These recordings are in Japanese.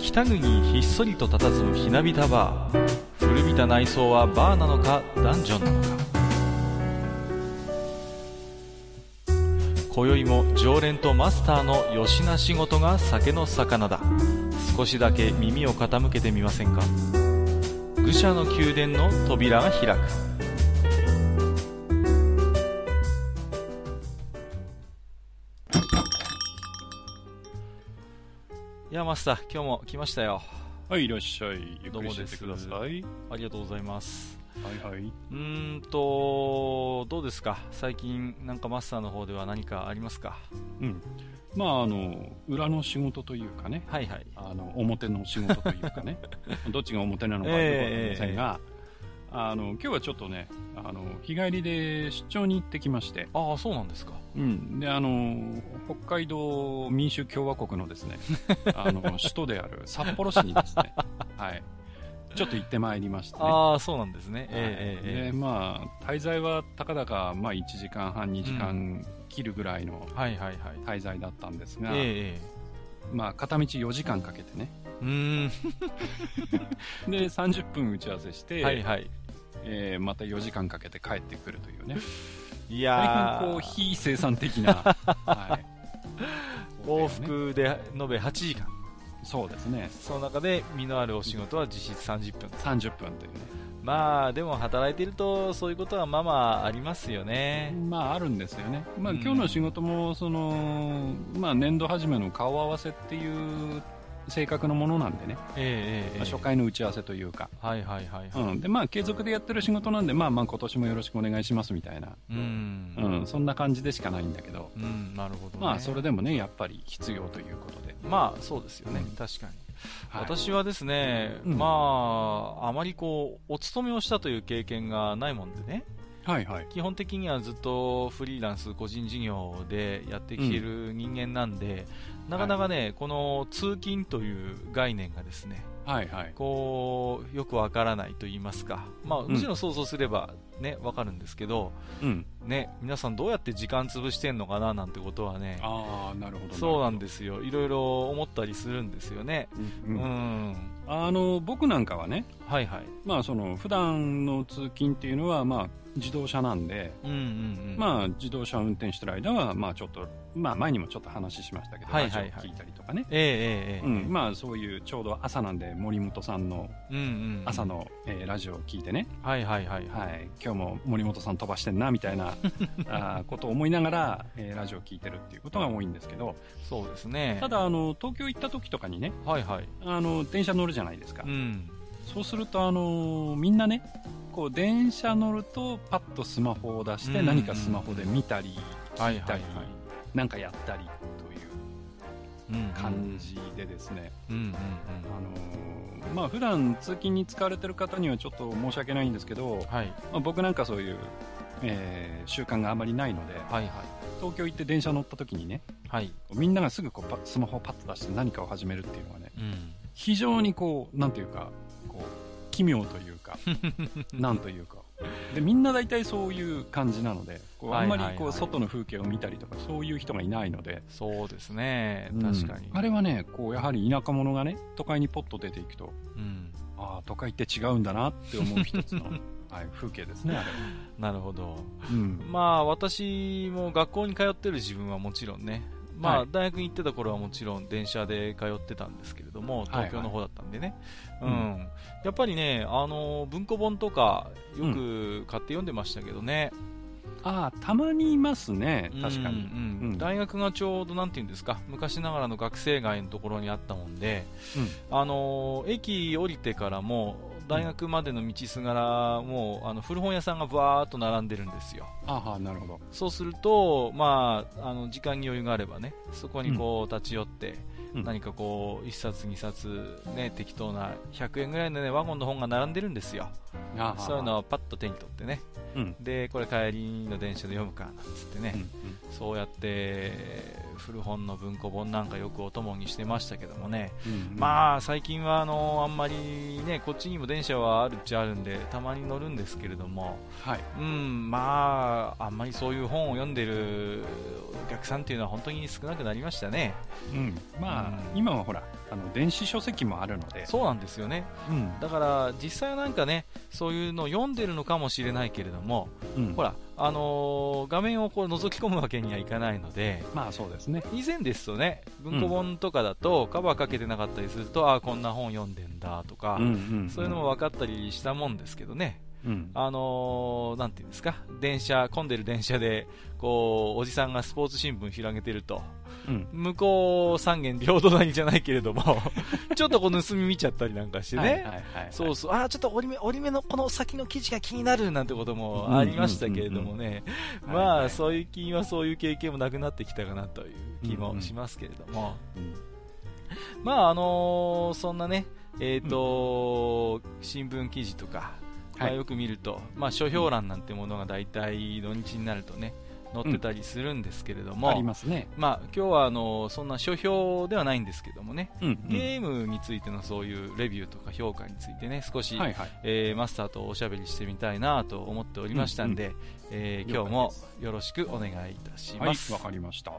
北国にひっそりと佇むひなびたバー。古びた内装はバーなのかダンジョンなのか。今宵も常連とマスターのよしな仕事が酒の魚だ。少しだけ耳を傾けてみませんか。愚者の宮殿の扉が開く。いやマスター、今日も来ましたよ。 はい、いらっしゃい。ゆっくりしててください。 ありがとうございます。 はいはい。 どうですか最近。なんかマスターの方では何かありますか。 まあ裏の仕事というかね。 はいはい。 表の仕事というかね。どっちが表なのかよくわかりませんが、今日はちょっとね、日帰りで出張に行ってきまして。 ああ、そうなんですか。 で、北海道民主共和国のですね、首都である札幌市にですね、はい。ちょっと行ってまいりましたね。 ああ、そうなんですね。 で、まあ、滞在はたかだか、まあ、1時間半、2時間切るぐらいの滞在だったんですが、まあ、片道4時間かけてね。で、30分打ち合わせして、また4時間かけて帰ってくるというね。 いやー、 大変こう、非生産的な、はい。 往復で延べ8時間。 そうですね。 その中で身のあるお仕事は実質30分。 30分というね。 まあでも働いているとそういうことはまあまあありますよね。 まああるんですよね。まあ今日の仕事もまあ年度初めの顔合わせっていう性格のものなんでね。初回の打ち合わせというか。でまあ継続でやってる仕事なんで、まあまあ今年もよろしくお願いしますみたいな。そんな感じでしかないんだけど。 なるほどね。 まあそれでもねやっぱり必要ということで。 まあそうですよね。確かに。私はですね、まああまりこうお勤めをしたという経験がないもんでね。基本的にはずっとフリーランス個人事業でやってきている人間なんで、なかなかね、この通勤という概念がですね、こうよくわからないと言いますか、まあもちろん想像すればねわかるんですけど、ね、皆さんどうやって時間潰してんのかななんてことはね、 なるほど。 そうなんですよ。いろいろ思ったりするんですよね。 僕なんかはね、まあ普段の通勤っていうのはまあ自動車なんで、まあ自動車を運転してる間はまあちょっと、まあ前にもちょっと話しましたけど、ラジオ聞いたりとかね、まあそういうちょうど朝なんで森本さんの朝のラジオを聞いてね、今日も森本さん飛ばしてんなみたいなことを思いながらラジオを聞いてるっていうことが多いんですけど、 そうですね。 ただ東京行った時とかにね、電車乗るじゃないですか。そうするとみんなね、こう電車乗るとパッとスマホを出して何かスマホで見たり聞いたりなんかやったりという感じでですね、まあ普段通勤に使われてる方にはちょっと申し訳ないんですけど、まあ、僕なんかそういう、習慣があまりないので、東京行って電車乗った時にね、みんながすぐこうスマホをパッと出して何かを始めるっていうのはね、非常にこうなんていうかこう奇妙というかなんというかで、みんな大体そういう感じなので、こうあんまりこう外の風景を見たりとかそういう人がいないので。 そうですね、確かに。 あれはね、こうやはり田舎者がね都会にポッと出ていくと、ああ都会って違うんだなって思う一つの風景ですね、あれは。 なるほど。まあ私も学校に通ってる自分はもちろんね、まあ大学に行ってた頃はもちろん電車で通ってたんですけれども、東京の方だったんでね、やっぱりね、文庫本とかよく買って読んでましたけどね。 たまにいますね、確かに。 大学がちょうどなんていうんですか、昔ながらの学生街のところにあったもんで、駅降りてからも大学までの道すがらもう古本屋さんがバーっと並んでるんですよ。 なるほど。 そうすると、まあ、時間に余裕があればね、そこにこう立ち寄って、何かこう1冊2冊ね、適当な100円ぐらいのねワゴンの本が並んでるんですよ。そういうのをパッと手に取ってね、でこれ帰りの電車で読むかなんつってね、そうやって古本の文庫本なんかよくお供にしてましたけどもね、まあ最近はあんまりね、こっちにも電車はあるっちゃあるんでたまに乗るんですけれども、まああんまりそういう本を読んでるお客さんっていうのは本当に少なくなりましたね。 まあ、今はほら電子書籍もあるので。 そうなんですよね、だから実際はなんかね、そういうのを読んでるのかもしれないけれども、ほら画面をこう覗き込むわけにはいかないので、 まあそうですね。 以前ですとね、文庫本とかだとカバーかけてなかったりすると、こんな本読んでんだとか、そういうのも分かったりしたもんですけどね。なんていうんですか、混んでる電車でこうおじさんがスポーツ新聞広げてると、向こう三軒両隣じゃないけれどもちょっとこう盗み見ちゃったりなんかしてね、そうそう、ちょっと折り目のこの先の記事が気になるなんてこともありましたけれどもね、まあそういう気はそういう経験もなくなってきたかなという気もしますけれども、まあそんなね、新聞記事とか、よく見ると、書評欄なんてものが大体土日になるとね載ってたりするんですけれども、 ありますね。 今日はそんな書評ではないんですけどもね、ゲームについてのそういうレビューとか評価についてね、少し、マスターとおしゃべりしてみたいなと思っておりましたんで、今日もよろしくお願いいたします。 わかりました。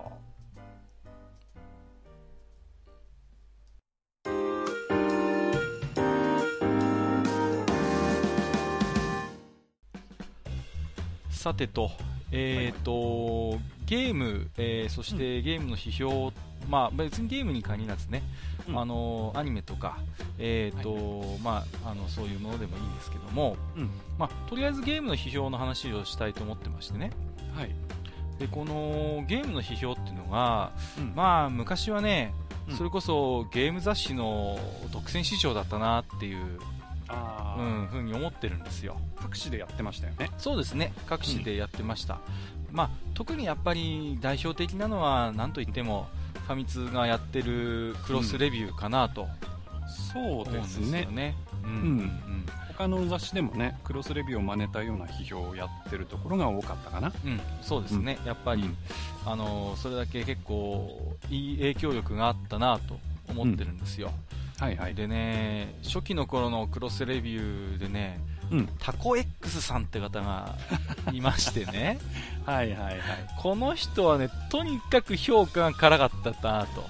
さてと、ゲーム、そしてゲームの批評、別にゲームに限らずね、アニメとか、そういうものでもいいですけども、とりあえずゲームの批評の話をしたいと思ってましてね、でこのゲームの批評っていうのが、昔はね、それこそゲーム雑誌の独占市場だったなっていうふうに思ってるんですよ。 各紙でやってましたよね。 そうですね、各紙でやってました。特にやっぱり代表的なのは何といってもファミ通がやってるクロスレビューかなと思うんですよね。 他の雑誌でもね、クロスレビューを真似たような批評をやってるところが多かったかな。 そうですね、やっぱり、それだけ結構いい影響力があったなと思ってるんですよ。でね、初期の頃のクロスレビューでね、タコ X さんって方がいましてねこの人はね、とにかく評価が辛かったなと。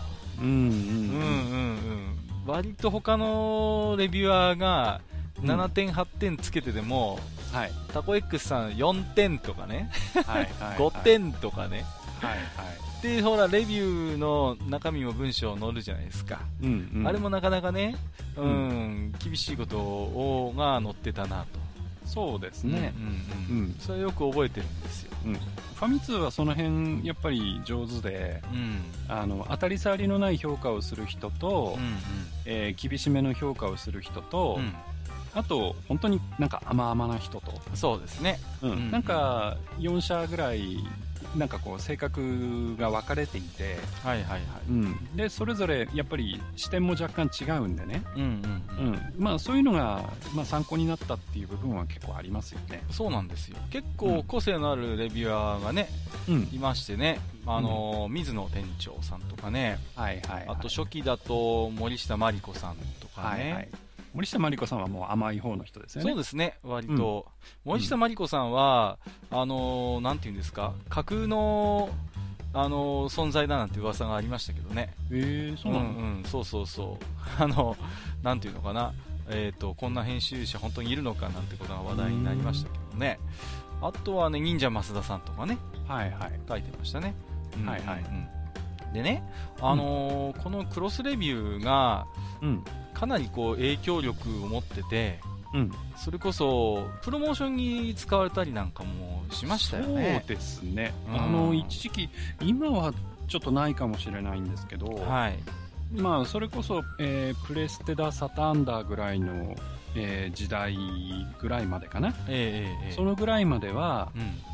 割と他のレビュアーが7点8点つけてでも、タコ X さん4点とかね5点とかね、でほらレビューの中身も文章載るじゃないですか、あれもなかなかね、厳しいことが載ってたなと。 そうですね、 それよく覚えてるんですよ。 ファミ通はその辺やっぱり上手で、当たり障りのない評価をする人と、厳しめの評価をする人と、あと本当になんか甘々な人と、 そうですね、 なんか4社ぐらいなんかこう性格が分かれていて、でそれぞれやっぱり視点も若干違うんでね、そういうのが、参考になったっていう部分は結構ありますよね。 そうなんですよ。結構個性のあるレビュアーがね、いましてね、水野店長さんとかね、あと初期だと森下真理子さんとかね、 森下真理子さんはもう甘い方の人ですよね。 そうですね、割と、森下真理子さんはなんていうんですか、架空の存在だなんて噂がありましたけどね。 そうなの？ そうなんていうのかな、こんな編集者本当にいるのかなんてことが話題になりましたけどね。あとはね、忍者増田さんとかね、書いてましたね。でね、このクロスレビューが、かなりこう影響力を持ってて、それこそプロモーションに使われたりなんかもしましたよね。 そうですね、一時期、今はちょっとないかもしれないんですけど、それこそ、プレステだサターンだぐらいの、時代ぐらいまでかな、そのぐらいまでは、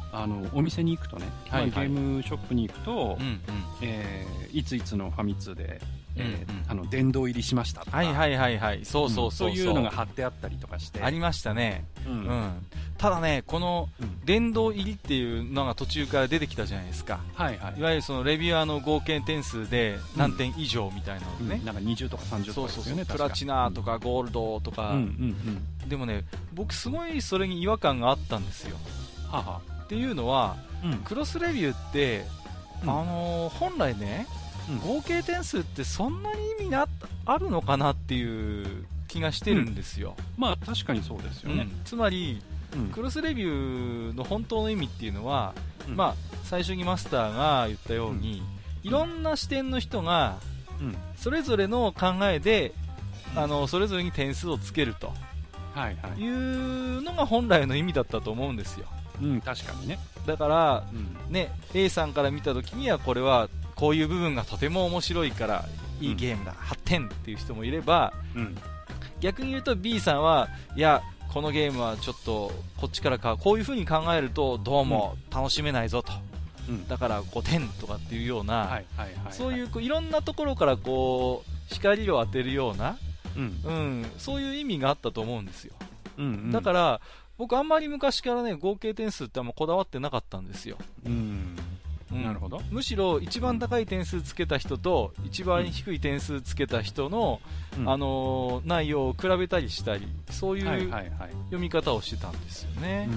お店に行くとね、ゲームショップに行くと、いついつのファミ通で、殿堂入りしましたとか、そういうのが貼ってあったりとかして。 ありましたね。ただね、この殿堂入りっていうのが途中から出てきたじゃないですか。いわゆるそのレビュアーの合計点数で何点以上みたいなのね。 なんか20とか30とかですよね。 プラチナとかゴールドとか。でもね、僕すごいそれに違和感があったんですよ。っていうのは、クロスレビューって、本来ね、合計点数ってそんなに意味あるのかなっていう気がしてるんですよ。 まあ確かにそうですよね。 つまり、クロスレビューの本当の意味っていうのは、まあ最初にマスターが言ったように、いろんな視点の人がそれぞれの考えで、それぞれに点数をつけるというのが本来の意味だったと思うんですよ。 確かにね。 だから、ね、A さんから見たときにはこれはこういう部分がとても面白いからいいゲームだ、8点っていう人もいれば、逆に言うと B さんはいやこのゲームはちょっとこっちからこういう風に考えるとどうも楽しめないぞと、だから5点とかっていうような、そういういろんなところからこう光を当てるような、そういう意味があったと思うんですよ。だから僕あんまり昔からね合計点数ってあんまこだわってなかったんですよ。 なるほど。 むしろ一番高い点数つけた人と一番低い点数つけた人の、内容を比べたりしたり、そういう読み方をしてたんですよね。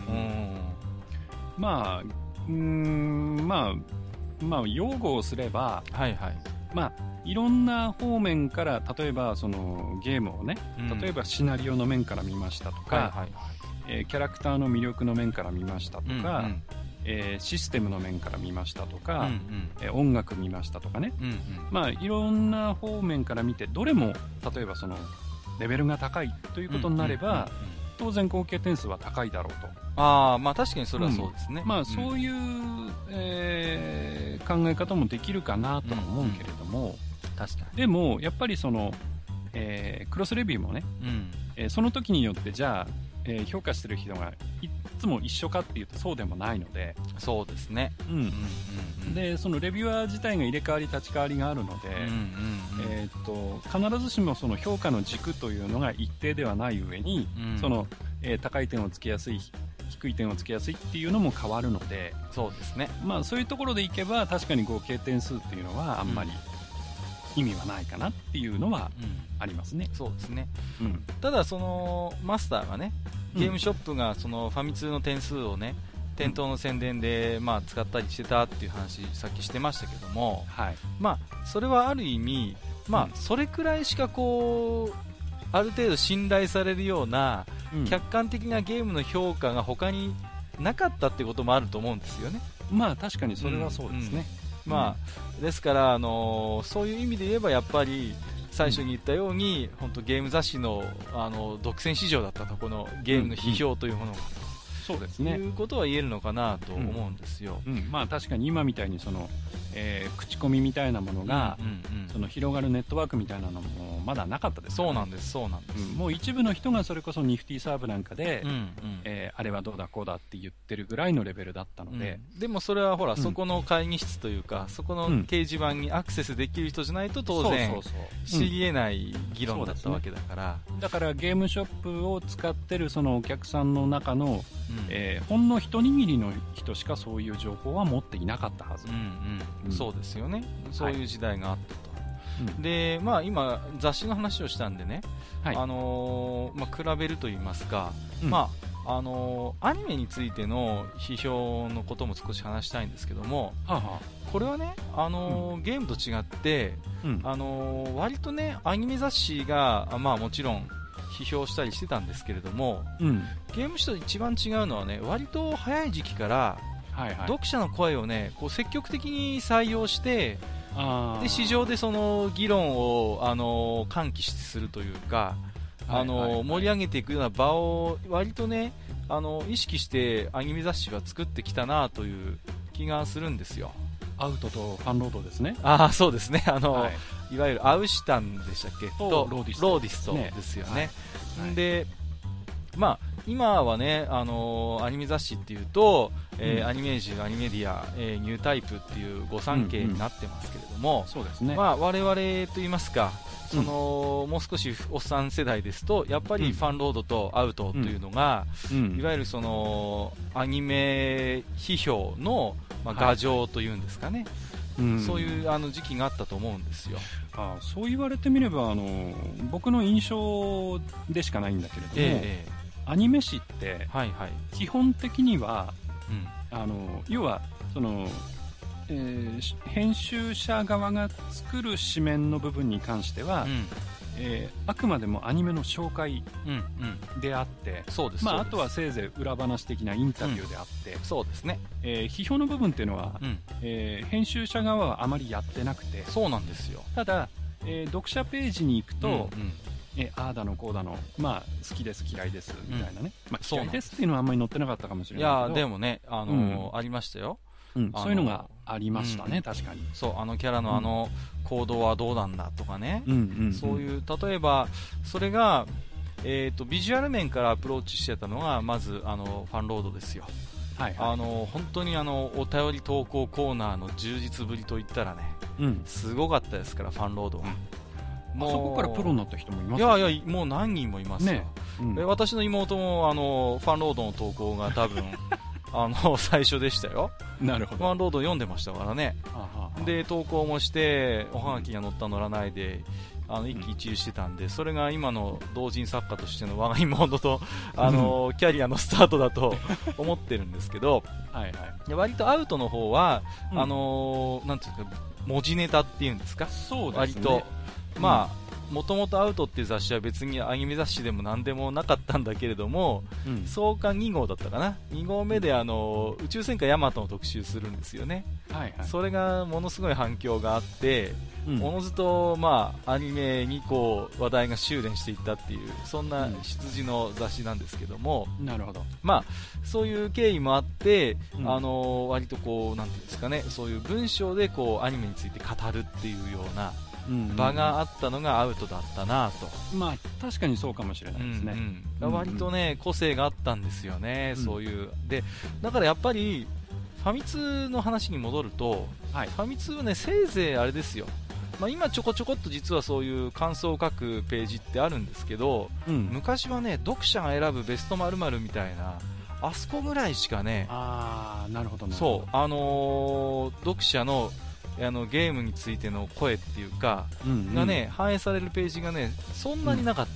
まあ擁護をすれば、いろんな方面から、例えばそのゲームをね、例えばシナリオの面から見ましたとか、キャラクターの魅力の面から見ましたとか、システムの面から見ましたとか、音楽見ましたとかね、いろんな方面から見て、どれも例えばそのレベルが高いということになれば、当然合計点数は高いだろうと。 確かにそれはそうですね。 そういう、考え方もできるかなとは思うけれども、でもやっぱりその、クロスレビューもね、その時によってじゃあ、評価してる人がいつも一緒かっていうとそうでもないので。 そうですね。 でそのレビュアー自体が入れ替わり立ち替わりがあるので、必ずしもその評価の軸というのが一定ではない上に、その、高い点をつけやすい低い点をつけやすいっていうのも変わるので、 そうですね。 そういうところでいけば確かに合計点数っていうのはあんまり意味はないかなっていうのはありますね。 そうですね。ただそのマスターがね、ゲームショップがそのファミ通の点数をね、店頭の宣伝で使ったりしてたっていう話さっきしてましたけども、それはある意味、それくらいしかこうある程度信頼されるような客観的なゲームの評価が他になかったってこともあると思うんですよね。 確かにそれはそうですね。 ですからそういう意味で言えばやっぱり最初に言ったように、本当ゲーム雑誌の独占市場だったと、このゲームの批評というものが、 そうですね。 いうことは言えるのかなと思うんですよ。 確かに今みたいにその、口コミみたいなものが、その広がるネットワークみたいなのもまだなかったですからね。 そうなんです。 もう一部の人がそれこそニフティサーブなんかで、あれはどうだこうだって言ってるぐらいのレベルだったので、 でもそれはほら、そこの会議室というか、そこの掲示板にアクセスできる人じゃないと当然知り得ない議論だったわけだから、 だからゲームショップを使ってるそのお客さんの中の、ほんの一握りの人しかそういう情報は持っていなかったはず。 そうですよね。そういう時代があったと。で今雑誌の話をしたんでね、比べると言いますか、アニメについての批評のことも少し話したいんですけども、これはね、ゲームと違って、割とねアニメ雑誌がもちろん批評したりしてたんですけれども、ゲーム誌と一番違うのはね、割と早い時期から読者の声をねこう積極的に採用して、で市場でその議論を喚起するというか、盛り上げていくような場を割とね意識してアニメ雑誌は作ってきたなという気がするんですよ。 アウトとファンロードですね。 そうですね。いわゆるアウシタンでしたっけとローディストですよね。で今はね、アニメ雑誌っていうと、アニメージュ、アニメディア、ニュータイプっていう御三家になってますけれども、 そうですね。 まあ、我々といいますか、もう少しおっさん世代ですと、やっぱりファンロードとアウトというのが、いわゆるそのアニメ批評の、牙城というんですかね、そういう時期があったと思うんですよ。 そう言われてみれば僕の印象でしかないんだけれども、アニメ誌って、基本的には、要はその、編集者側が作る紙面の部分に関しては、あくまでもアニメの紹介であって、あとはせいぜい裏話的なインタビューであって、 そうですね。 批評の部分っていうのは、編集者側はあまりやってなくて、 そうなんですよ。 ただ、読者ページに行くと、ああだのこうだの、好きです嫌いですみたいなね、嫌いですっていうのはあんまり載ってなかったかもしれないけど、 いやでもね、ありましたよ。 そういうのがありましたね、確かに。 そう、キャラの行動はどうなんだとかね、そういう、例えばそれが、ビジュアル面からアプローチしてたのがまずファンロードですよ。本当にお便り投稿コーナーの充実ぶりといったらね、すごかったですから、ファンロードは。 あそこからプロになった人もいますよね。 いや、もう何人もいますよ。私の妹もファンロードの投稿が多分最初でしたよ。 なるほど。 ファンロード読んでましたからね。で、投稿もして、おはがきが載った乗らないで、一喜一憂してたんで、それが今の同人作家としての我が妹と、キャリアのスタートだと思ってるんですけど、割とアウトの方は、なんていうんですか、文字ネタっていうんですか、 そうですね、 割と、もともとアウトっていう雑誌は別にアニメ雑誌でも何でもなかったんだけれども、創刊2号だったかな、2号目で宇宙戦艦ヤマトの特集するんですよね。それがものすごい反響があって、おのずと、アニメにこう話題が修練していったっていう、そんな出自の雑誌なんですけども、 なるほど。 そういう経緯もあって、割とこうなんていうんですかね、そういう文章でこうアニメについて語るっていうような場があったのがアウトだったなと。 確かにそうかもしれないですね。 割とね、個性があったんですよね、そういうで。だからやっぱりファミ通の話に戻ると、ファミ通はね、せいぜいあれですよ、今ちょこちょこっと実はそういう感想を書くページってあるんですけど、昔はね、読者が選ぶベスト〇〇みたいな、あそこぐらいしかね、 なるほど、 そう、読者のゲームについての声っていうか、がね、反映されるページがね、そんなになかった。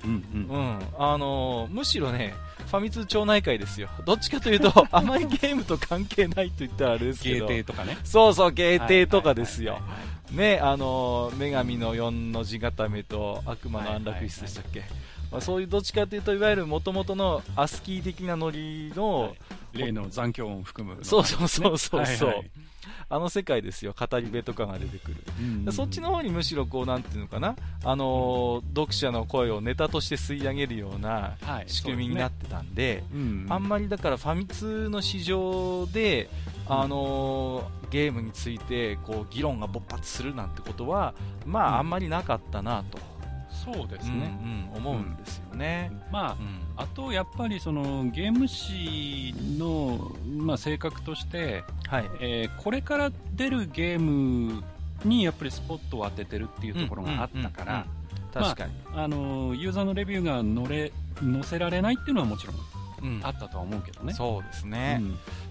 むしろね、ファミ通町内会ですよ。どっちかというと、あまりゲームと関係ないと言ったらあれですけど、 ゲーテとかね。 そうそう、ゲーテとかですよ。ね、女神の4の字固めと悪魔の安楽室でしたっけ。そういうどっちかというと、いわゆる元々のアスキー的なノリの、 例の残響音含む、 そうそうそうそうそう、世界ですよ、語り部とかが出てくる、そっちの方にむしろこうなんていうのかな、読者の声をネタとして吸い上げるような仕組みになってたんで、あんまりだからファミ通の市場でゲームについてこう議論が勃発するなんてことはあんまりなかったなと。 そうですね、 思うんですよね。 あとやっぱりそのゲーム誌の、性格として、これから出るゲームにやっぱりスポットを当ててるっていうところがあったから、 確かに、 ユーザーのレビューが載せられないっていうのはもちろんあったとは思うけどね。 そうですね、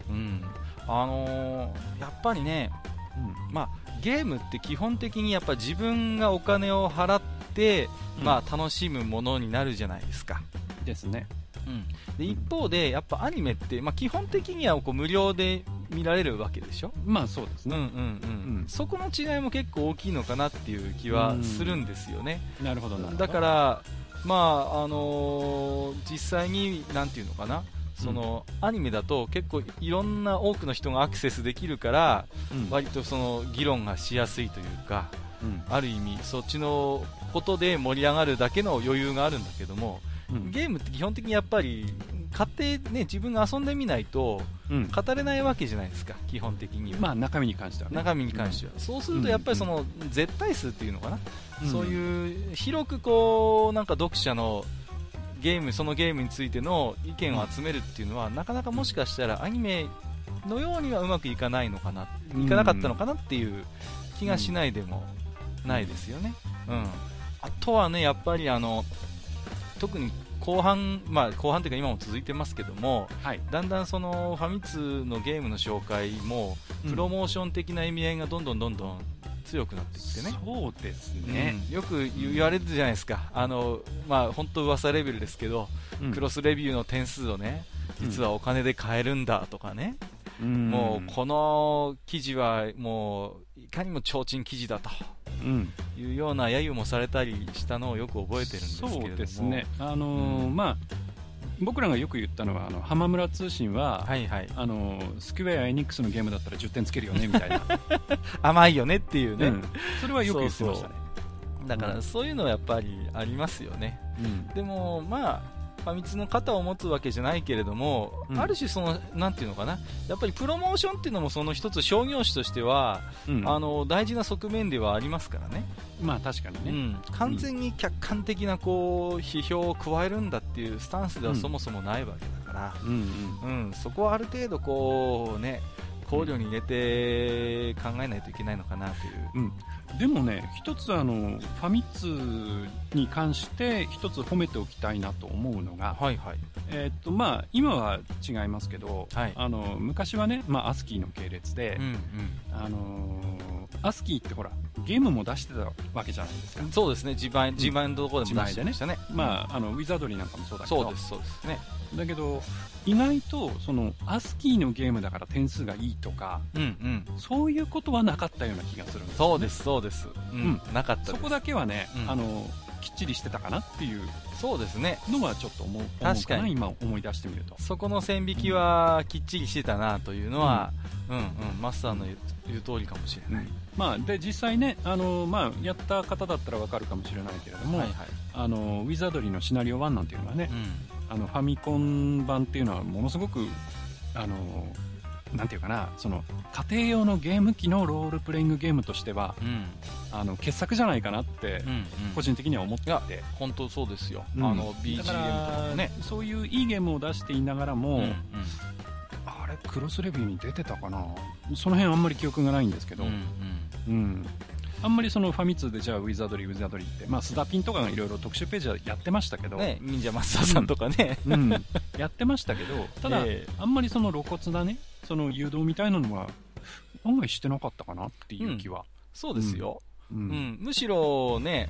やっぱりね、ゲームって基本的にやっぱ自分がお金を払って楽しむものになるじゃないですか。 ですね。 で一方でやっぱアニメって、基本的にはこう無料で見られるわけでしょ。 そうですね。 そこの違いも結構大きいのかなっていう気はするんですよね。 なるほど。 だから実際になんていうのかな、そのアニメだと結構いろんな多くの人がアクセスできるから、割とその議論がしやすいというか、ある意味そっちのことで盛り上がるだけの余裕があるんだけども、ゲームって基本的にやっぱり買ってね、自分が遊んでみないと語れないわけじゃないですか、基本的には。 中身に関してはね。 中身に関しては、そうするとやっぱりその絶対数っていうのかな、そういう広くこうなんか読者のそのゲームについての意見を集めるっていうのは、なかなかもしかしたらアニメのようにはうまくいかないのかな、いかなかったのかなっていう気がしないでもないですよね。あとはね、やっぱり特に後半というか今も続いてますけども、だんだんそのファミ通のゲームの紹介もプロモーション的な意味合いがどんどん強くなってきてね。 そうですね、 よく言われるじゃないですか。本当噂レベルですけど、クロスレビューの点数をね、実はお金で買えるんだとかね、もうこの記事はもういかにも提灯記事だというような揶揄もされたりしたのをよく覚えてるんですけれども。 そうですね、僕らがよく言ったのは浜村通信は、スクウェアエニックスのゲームだったら10点つけるよねみたいな甘いよねっていうね、 それはよく言ってましたね。 だからそういうのはやっぱりありますよね。でもファミ通の肩を持つわけじゃないけれども、ある種なんていうのかな、やっぱりプロモーションっていうのもその一つ商業誌としては、大事な側面ではありますからね。 確かにね、 完全に客観的な批評を加えるんだっていうスタンスではそもそもないわけだから、そこはある程度考慮に入れて考えないといけないのかなという。 でもね、一つファミ通に関して一つ褒めておきたいなと思うのが、今は違いますけど、昔はね、アスキーの系列で、アスキーってほらゲームも出してたわけじゃないですか。 そうですね、自前のところでも出してましたね。 ウィザードリーなんかもそうだけど。 そうですね。 だけど意外とアスキーのゲームだから点数がいいとか、そういうことはなかったような気がするんですよね。 そうです、なかったです。 そこだけはね、きっちりしてたかなっていうのはちょっと思うかな、今思い出してみると。 そこの線引きはきっちりしてたなというのは、マスターの言う通りかもしれない。 で実際ね、やった方だったらわかるかもしれないけれども、ウィザードリーのシナリオ1なんていうのはね、ファミコン版っていうのはものすごくなんていうかな、家庭用のゲーム機のロールプレイングゲームとしては、傑作じゃないかなって個人的には思っていて。 本当そうですよ。BGM とかもね、 そういういいゲームを出していながらも、あれクロスレビューに出てたかな、その辺あんまり記憶がないんですけど、あんまりファミ通でじゃあウィザードリーって、スダピンとかがいろいろ特集ページはやってましたけど、 忍者マスターさんとかね、 やってましたけど、ただ、あんまり露骨なね、誘導みたいなのは案外してなかったかなっていう気は。 そうですよ。むしろね、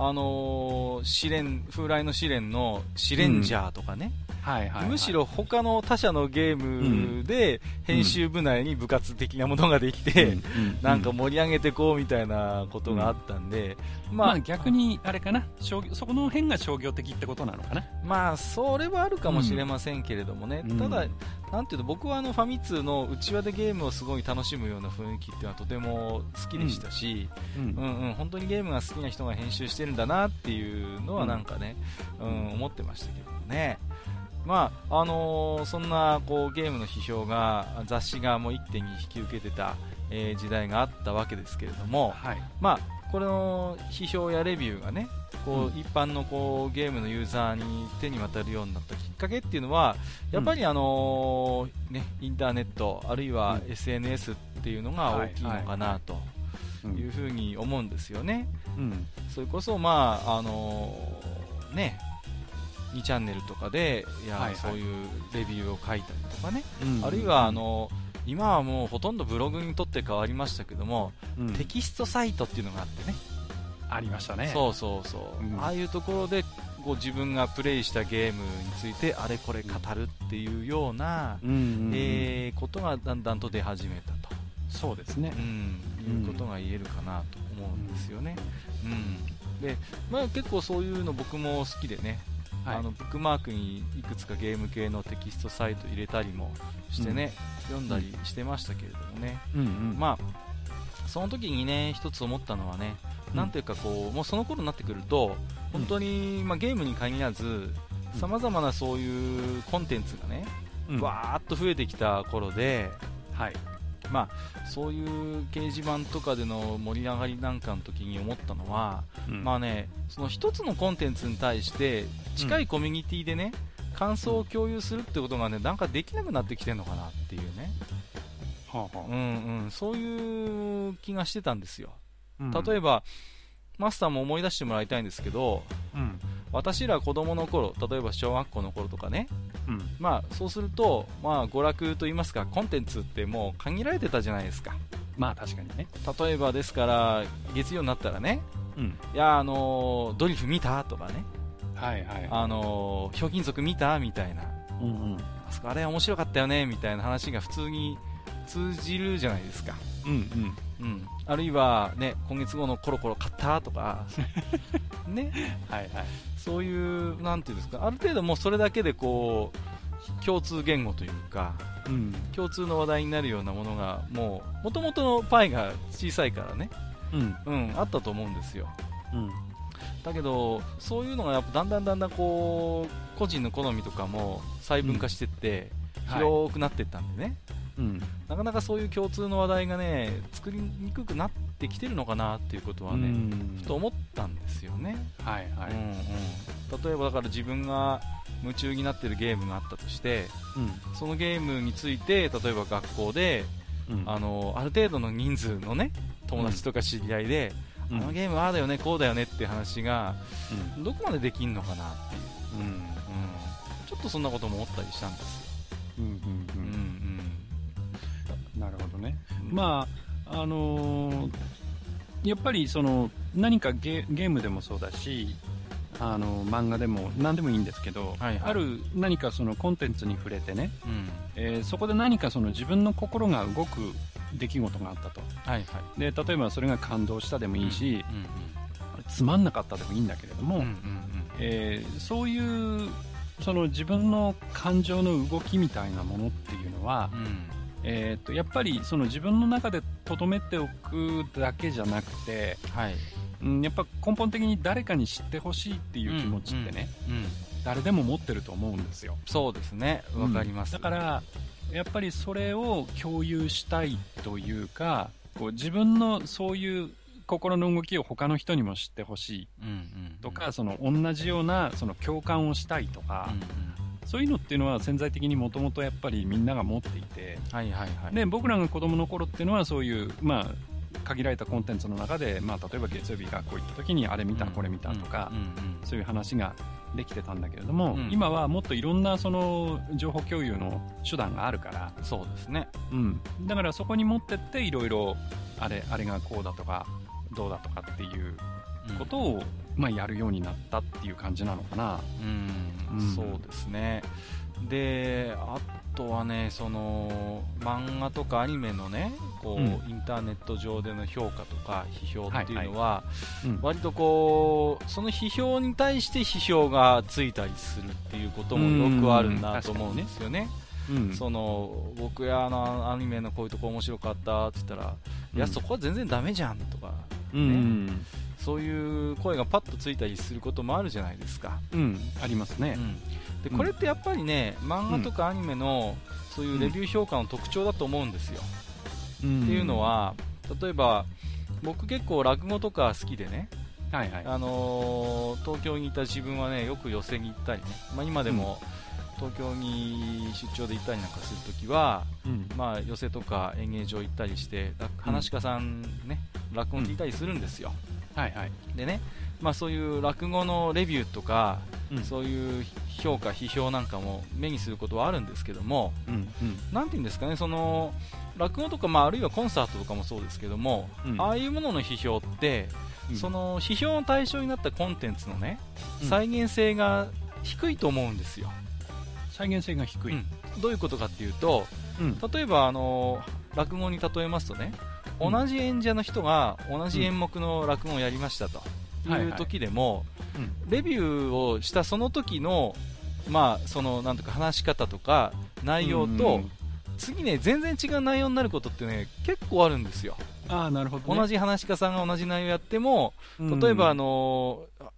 風来の試練のシレンジャーとかね、むしろ他の他社のゲームで編集部内に部活的なものができて、なんか盛り上げてこうみたいなことがあったんで、 逆にあれかな、そこの辺が商業的ってことなのかな。 それはあるかもしれませんけれどもね、ただなんていうの、僕はファミ通の内輪でゲームをすごい楽しむような雰囲気っていうのはとても好きでしたし、本当にゲームが好きな人が編集してるんだなっていうのはなんかね、思ってましたけどね。そんなゲームの批評が雑誌がもう一手に引き受けてた、時代があったわけですけれども、これの批評やレビューがね、一般のゲームのユーザーに手に渡るようになったきっかけっていうのはやっぱりインターネットあるいは SNS っていうのが大きいのかなというふうに思うんですよね。それこそ2チャンネルとかでそういうレビューを書いたりとかね、あるいは今はもうほとんどブログにとって変わりましたけども、テキストサイトっていうのがあってね、 ありましたね。 ああいうところで自分がプレイしたゲームについてあれこれ語るっていうようなことがだんだんと出始めたと。 そうですね、 いうことが言えるかなと思うんですよね。で、結構そういうの僕も好きでね、ブックマークにいくつかゲーム系のテキストサイト入れたりもしてね、読んだりしてましたけれどもね、その時にね一つ思ったのはね、なんていうかもうその頃になってくると本当に、ゲームに限らずさまざまなそういうコンテンツがね、わーっと増えてきた頃で、 まあ、そういう掲示板とかでの盛り上がりなんかの時に思ったのは、まあね、その一つのコンテンツに対して近いコミュニティでね、感想を共有するってことがね、なんかできなくなってきてるのかなっていうね、そういう気がしてたんですよ。例えばマスターも思い出してもらいたいんですけど、私ら子供の頃、例えば小学校の頃とかね、まあそうすると、まあ娯楽といいますか、コンテンツってもう限られてたじゃないですか。 まあ確かにね。 例えばですから月曜になったらね、いやドリフ見たとかね、ひょうきん族見たみたいな、あそこあれ面白かったよねみたいな話が普通に通じるじゃないですか。あるいはね、今月号のコロコロ買ったとかね、そういうなんていうんですか、ある程度もうそれだけでこう共通言語というか、共通の話題になるようなものがもともとのパイが小さいからね、あったと思うんですよ。だけどそういうのがやっぱだんだんこう個人の好みとかも細分化していって、広くなっていったんでね、なかなかそういう共通の話題がね作りにくくなってきてるのかなっていうことはね、ちょっと思ったんですよね。例えばだから自分が夢中になってるゲームがあったとして、そのゲームについて例えば学校で、ある程度の人数のね友達とか知り合いで、あのゲームああだよねこうだよねっていう話が、どこまでできんのかなっていう、ちょっとそんなことも思ったりしたんですよ。 なるほどね。まあやっぱりその何かゲームでもそうだし、漫画でも何でもいいんですけど、ある何かそのコンテンツに触れてね、そこで何かその自分の心が動く出来事があったと、で例えばそれが感動したでもいいし、つまんなかったでもいいんだけれども、そういうその自分の感情の動きみたいなものっていうのは、やっぱりその自分の中で留めておくだけじゃなくて、やっぱ根本的に誰かに知ってほしいっていう気持ちってね、誰でも持ってると思うんですよ。 そうですね、わかります。 だからやっぱりそれを共有したいというか、こう自分のそういう心の動きを他の人にも知ってほしいとか、その同じようなその共感をしたいとか、そういうのっていうのは潜在的にもともとやっぱりみんなが持っていて、で僕らが子供の頃っていうのはそういう、まあ限られたコンテンツの中で、まあ、例えば月曜日学校行った時にあれ見た、これ見たとか、そういう話ができてたんだけれども、今はもっといろんなその情報共有の手段があるから、 そうですね、 だからそこに持ってっていろいろあれがこうだとかどうだとかっていうことを、まあ、やるようになったっていう感じなのかな。 そうですね。であとはね、その漫画とかアニメのねこう、インターネット上での評価とか批評っていうのは、割とこうその批評に対して批評がついたりするっていうこともよくあるなと思うんですよね。その僕やアニメのこういうとこ面白かったって言ったら、いやそこは全然ダメじゃんとか、そういう声がパッとついたりすることもあるじゃないですか。 ありますね。 でこれってやっぱりね、漫画とかアニメのそういうレビュー評価の特徴だと思うんですよ。っていうのは、例えば僕結構落語とか好きでね、東京にいた自分はねよく寄席に行ったりね、今でも、東京に出張で行ったりなんかするときは、寄席とか演芸場行ったりして噺家さんね落語聞いたりするんですよ。でね、そういう落語のレビューとか、そういう評価批評なんかも目にすることはあるんですけども、なんていうんですかね、その落語とか、あるいはコンサートとかもそうですけども、ああいうものの批評って、その批評の対象になったコンテンツのね、再現性が低いと思うんですよ。 再現性が低い、 どういうことかっていうと、例えば落語に例えますとね、同じ演者の人が同じ演目の落語をやりましたという時でも、レビューをしたその時の、そのなんとか話し方とか内容と、次ね全然違う内容になることってね結構あるんですよ。 なるほどね。 同じ話し家さんが同じ内容やっても、例えば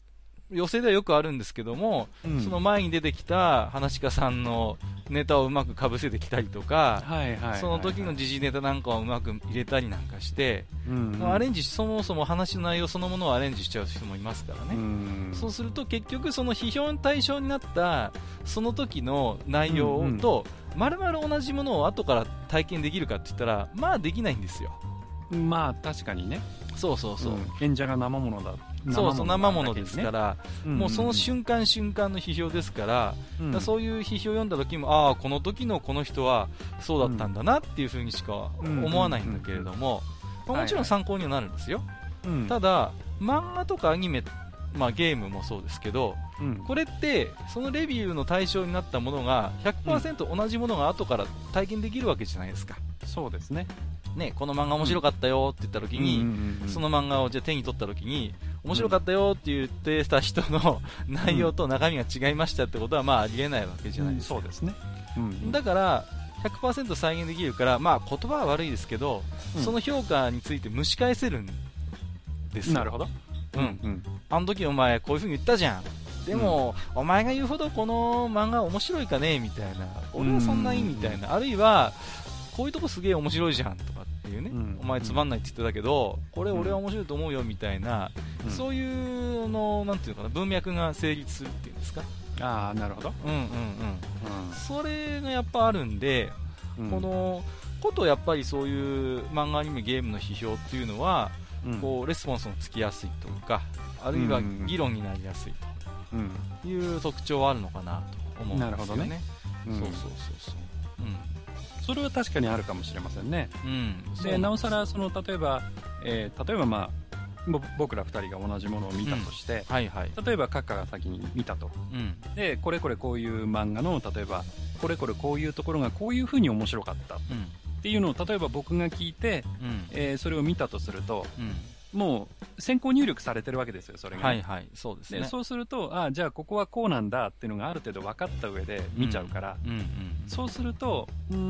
寄席ではよくあるんですけども、その前に出てきた話家さんのネタをうまく被せてきたりとか、その時の時事ネタなんかをうまく入れたりなんかして、アレンジ、そもそも話の内容そのものをアレンジしちゃう人もいますからね。そうすると結局その批評対象になったその時の内容と、丸々同じものを後から体験できるかって言ったら、まあできないんですよ。 まあ確かにね。 そうそうそう。 演者が生ものだ。 そうそう、生ものですから、もうその瞬間瞬間の批評ですから、そういう批評を読んだ時も、ああ、この時のこの人はそうだったんだなっていうふうにしか思わないんだけれども、もちろん参考にはなるんですよ。ただ、漫画とかアニメ、ゲームもそうですけど、これってそのレビューの対象になったものが 100% 同じものが後から体験できるわけじゃないですか。 そうですね。 この漫画面白かったよって言った時に、その漫画をじゃあ手に取った時に、面白かったよって言ってた人の内容と中身が違いましたってことはありえないわけじゃないですか。 そうですね。 だから 100% 再現できるから、言葉は悪いですけど、その評価について蒸し返せるんですよ。 なるほど。 あの時お前こういう風に言ったじゃん。でも、お前が言うほどこの漫画面白いかねみたいな。俺はそんないいみたいな。あるいは、こういうとこすげえ面白いじゃんとかっていうね、お前つまんないって言ってたけど、これ俺は面白いと思うよみたいな、そういうの、なんていうのかな、文脈が成立するっていうんですか。 ああ、なるほど。 それがやっぱあるんで、このことやっぱりそういう漫画アニメゲームの批評っていうのは、こうレスポンスもつきやすいというか、あるいは議論になりやすいという特徴はあるのかなと思うんですよね。なるほどね。そうそうそうそう。 それは確かにあるかもしれませんね。でなおさらその例えば僕ら2人が同じものを見たとして、例えば閣下が先に見たと、でこれこれこういう漫画の例えばこれこれこういうところがこういう風に面白かったっていうのを例えば僕が聞いて、それを見たとすると、もう先行入力されてるわけですよ、それが、 そうですね。 そうすると、じゃあここはこうなんだっていうのがある程度分かった上で見ちゃうから、そうすると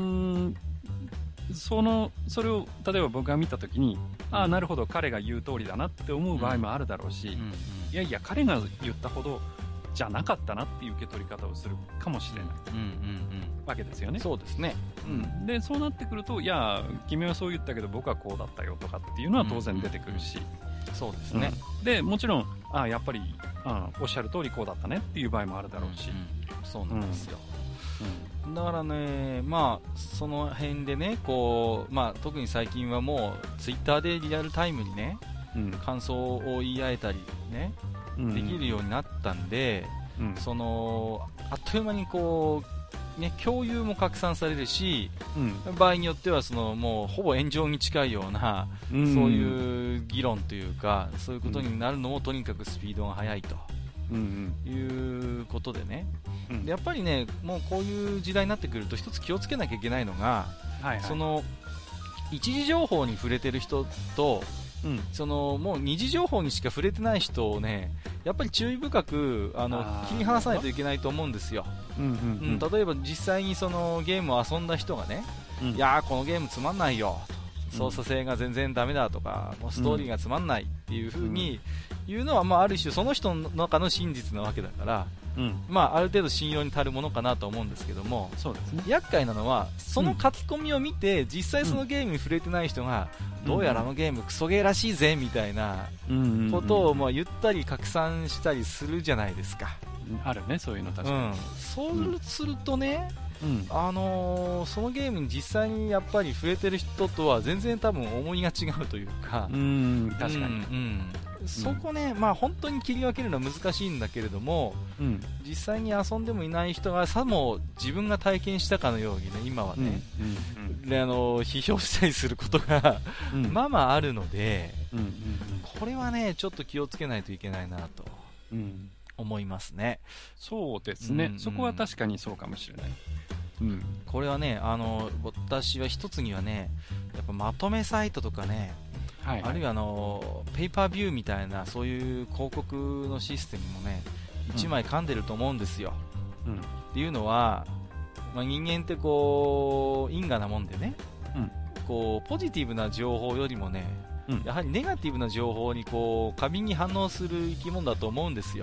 それを例えば僕が見たときに、なるほど彼が言う通りだなって思う場合もあるだろうし、いやいや彼が言ったほどじゃなかったなっていう受け取り方をするかもしれないわけですよね。 そうですね。 でそうなってくると、いや君はそう言ったけど僕はこうだったよとかっていうのは当然出てくるし、 そうですね。 でもちろんやっぱりおっしゃる通りこうだったねっていう場合もあるだろうし、 そうなんですよ。だからね、その辺でね、こう特に最近はもうツイッターでリアルタイムにね、感想を言い合えたりね、できるようになったんで、そのあっという間にこう、共有も拡散されるし、場合によってはそのもうほぼ炎上に近いような、そういう議論というか、そういうことになるのもとにかくスピードが速いと。いうことでね、でやっぱりね、もうこういう時代になってくると一つ気をつけなきゃいけないのが、その一時情報に触れてる人と、そのもう二次情報にしか触れてない人をね、やっぱり注意深く切り離さないといけないと思うんですよ。例えば実際にそのゲームを遊んだ人がね、いやーこのゲームつまんないよと、操作性が全然ダメだとか、もうストーリーがつまんないっていう風に言うのは、ある種その人の中の真実なわけだから、ある程度信用に足るものかなと思うんですけども、 そうですね。 厄介なのはその書き込みを見て、実際そのゲームに触れてない人が、どうやらあのゲームクソゲーらしいぜみたいなことを言ったり拡散したりするじゃないですか。 あるね、そういうの確かに。 そうするとね、そのゲームに実際にやっぱり触れてる人とは全然多分思いが違うというか、 確かに、 そこね、本当に切り分けるのは難しいんだけれども、実際に遊んでもいない人がさも自分が体験したかのようにね、今はね、批評したりすることがあるので、これはねちょっと気をつけないといけないなと思いますね。 そうですね、そこは確かにそうかもしれない。 これはね、私は一つにはね、やっぱまとめサイトとかね、あるいはペーパービューみたいなそういう広告のシステムもね、一枚噛んでると思うんですよ。っていうのは、人間ってこう因果なもんでね、こうポジティブな情報よりもね、やはりネガティブな情報にこう過敏に反応する生き物だと思うんですよ。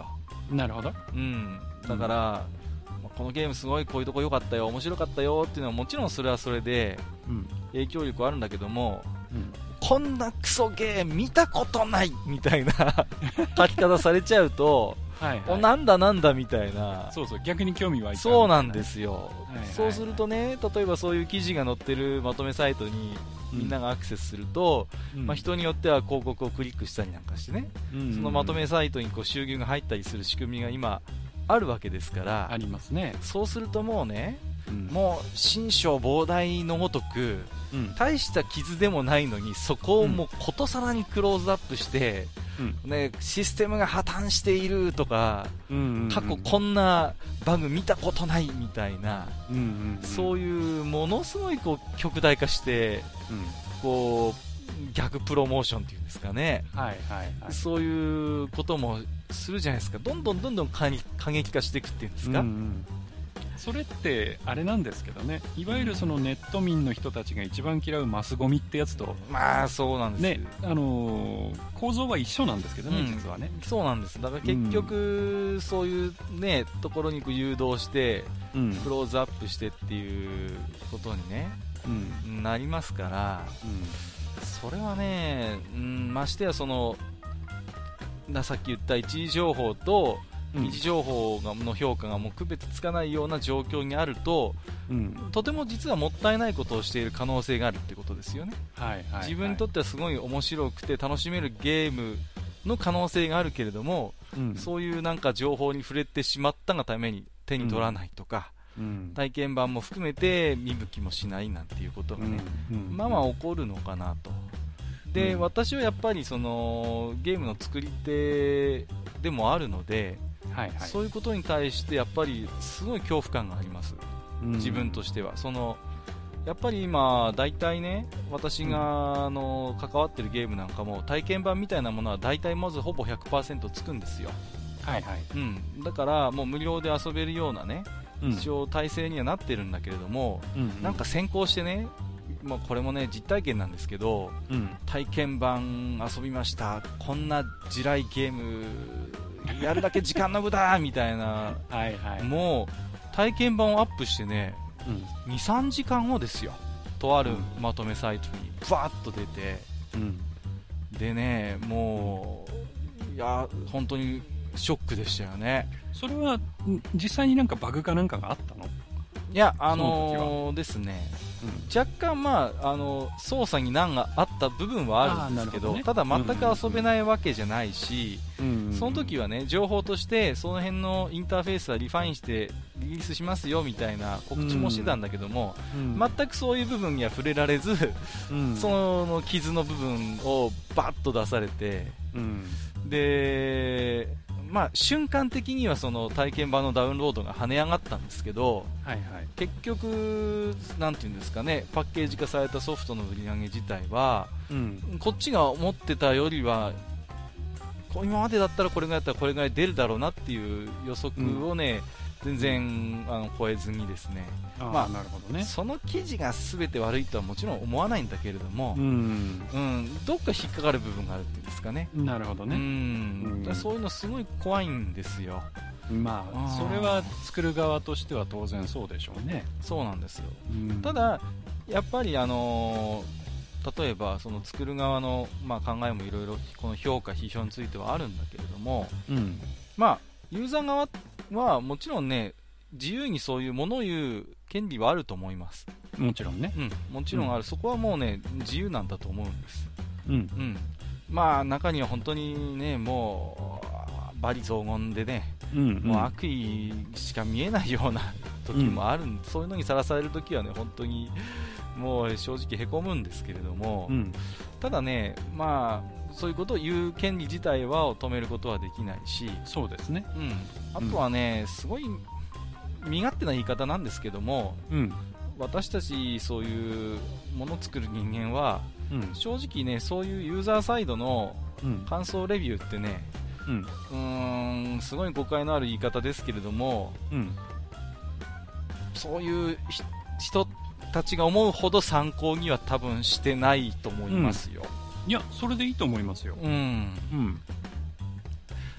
なるほど。 だから、このゲームすごいこういうとこ良かったよ、面白かったよっていうのはもちろんそれはそれで影響力あるんだけども、こんなクソゲー見たことないみたいな書き方されちゃうとなんだなんだみたいな、 そうそう、逆に興味湧いちゃう。 そうなんですよ、そうするとね、例えばそういう記事が載ってるまとめサイトにみんながアクセスすると、人によっては広告をクリックしたりなんかしてね、そのまとめサイトにこう収入が入ったりする仕組みが今あるわけですから、 ありますね。 そうするともうね、もう心象膨大のごとく、大した傷でもないのにそこをもうことさらにクローズアップして、ね、システムが破綻しているとか、過去こんなバグ見たことないみたいな、そういうものすごいこう極大化して、こう逆プロモーションっていうんですかね、そういうこともするじゃないですか。どんどん過激化していくっていうんですか、 それってあれなんですけどね、いわゆるそのネット民の人たちが一番嫌うマスゴミってやつと、 まあそうなんですね、 構造は一緒なんですけどね、実はね。 そうなんです。だから結局、そういうねところに誘導して、クローズアップしてっていうことにね、なりますから、それはね、ましてやそのさっき言った一時情報と二次情報の評価がもう区別つかないような状況にあると、とても実はもったいないことをしている可能性があるってことですよね。自分にとってはすごい面白くて楽しめるゲームの可能性があるけれども、そういうなんか情報に触れてしまったがために手に取らないとか、体験版も含めて見向きもしないなんていうことがね、まあ起こるのかなと。で、私はやっぱりそのゲームの作り手でもあるので、そういうことに対してやっぱりすごい恐怖感があります、自分としては。やっぱり今大体ね、私が関わってるゲームなんかも体験版みたいなものは大体まずほぼ 100% つくんですよ。だからもう無料で遊べるようなね、一応体制にはなってるんだけれども、なんか先行してね、これもね実体験なんですけど、体験版遊びました、こんな地雷ゲームやるだけ時間の無駄みたいなもう体験版をアップしてね、2、3時間後ですよ、とあるまとめサイトにバーッと出て、でね、もういや本当にショックでしたよね。 それは実際になんかバグかなんかがあったの？ いや、ですね、若干操作に難があった部分はあるんですけど、ただ全く遊べないわけじゃないし、その時はね、情報としてその辺のインターフェースはリファインしてリリースしますよみたいな告知もしてたんだけども、全くそういう部分には触れられず、その傷の部分をバッと出されて、で瞬間的にはその体験版のダウンロードが跳ね上がったんですけど、結局なんていうんですかね、パッケージ化されたソフトの売り上げ自体は、こっちが思ってたよりは今までだったらこれぐらいだったらこれぐらい出るだろうなっていう予測をね、全然超えずにですね、 なるほどね、 その記事が全て悪いとはもちろん思わないんだけれども、どっか引っかかる部分があるっていうんですかね。 なるほどね、 そういうのすごい怖いんですよ。 それは作る側としては当然そうでしょうね。 そうなんですよ、ただやっぱり例えばその作る側の、考えもいろいろこの評価批評についてはあるんだけれども、ユーザー側はもちろんね、自由にそういうものを言う権利はあると思います。 もちろんね、 もちろんある、そこはもうね自由なんだと思うんです。中には本当にね、もう罵詈雑言でね、もう悪意しか見えないような時もある、そういうのにさらされる時はね、本当にもう正直へこむんですけれども、ただね、そういうことを言う権利自体は止めることはできないし、 そうですね、 あとはね、すごい身勝手な言い方なんですけども、私たちそういうものを作る人間は、正直ね、そういうユーザーサイドの感想レビューってね、すごい誤解のある言い方ですけれども、そういう人たちが思うほど参考には多分してないと思いますよ。 いや、それでいいと思いますよ。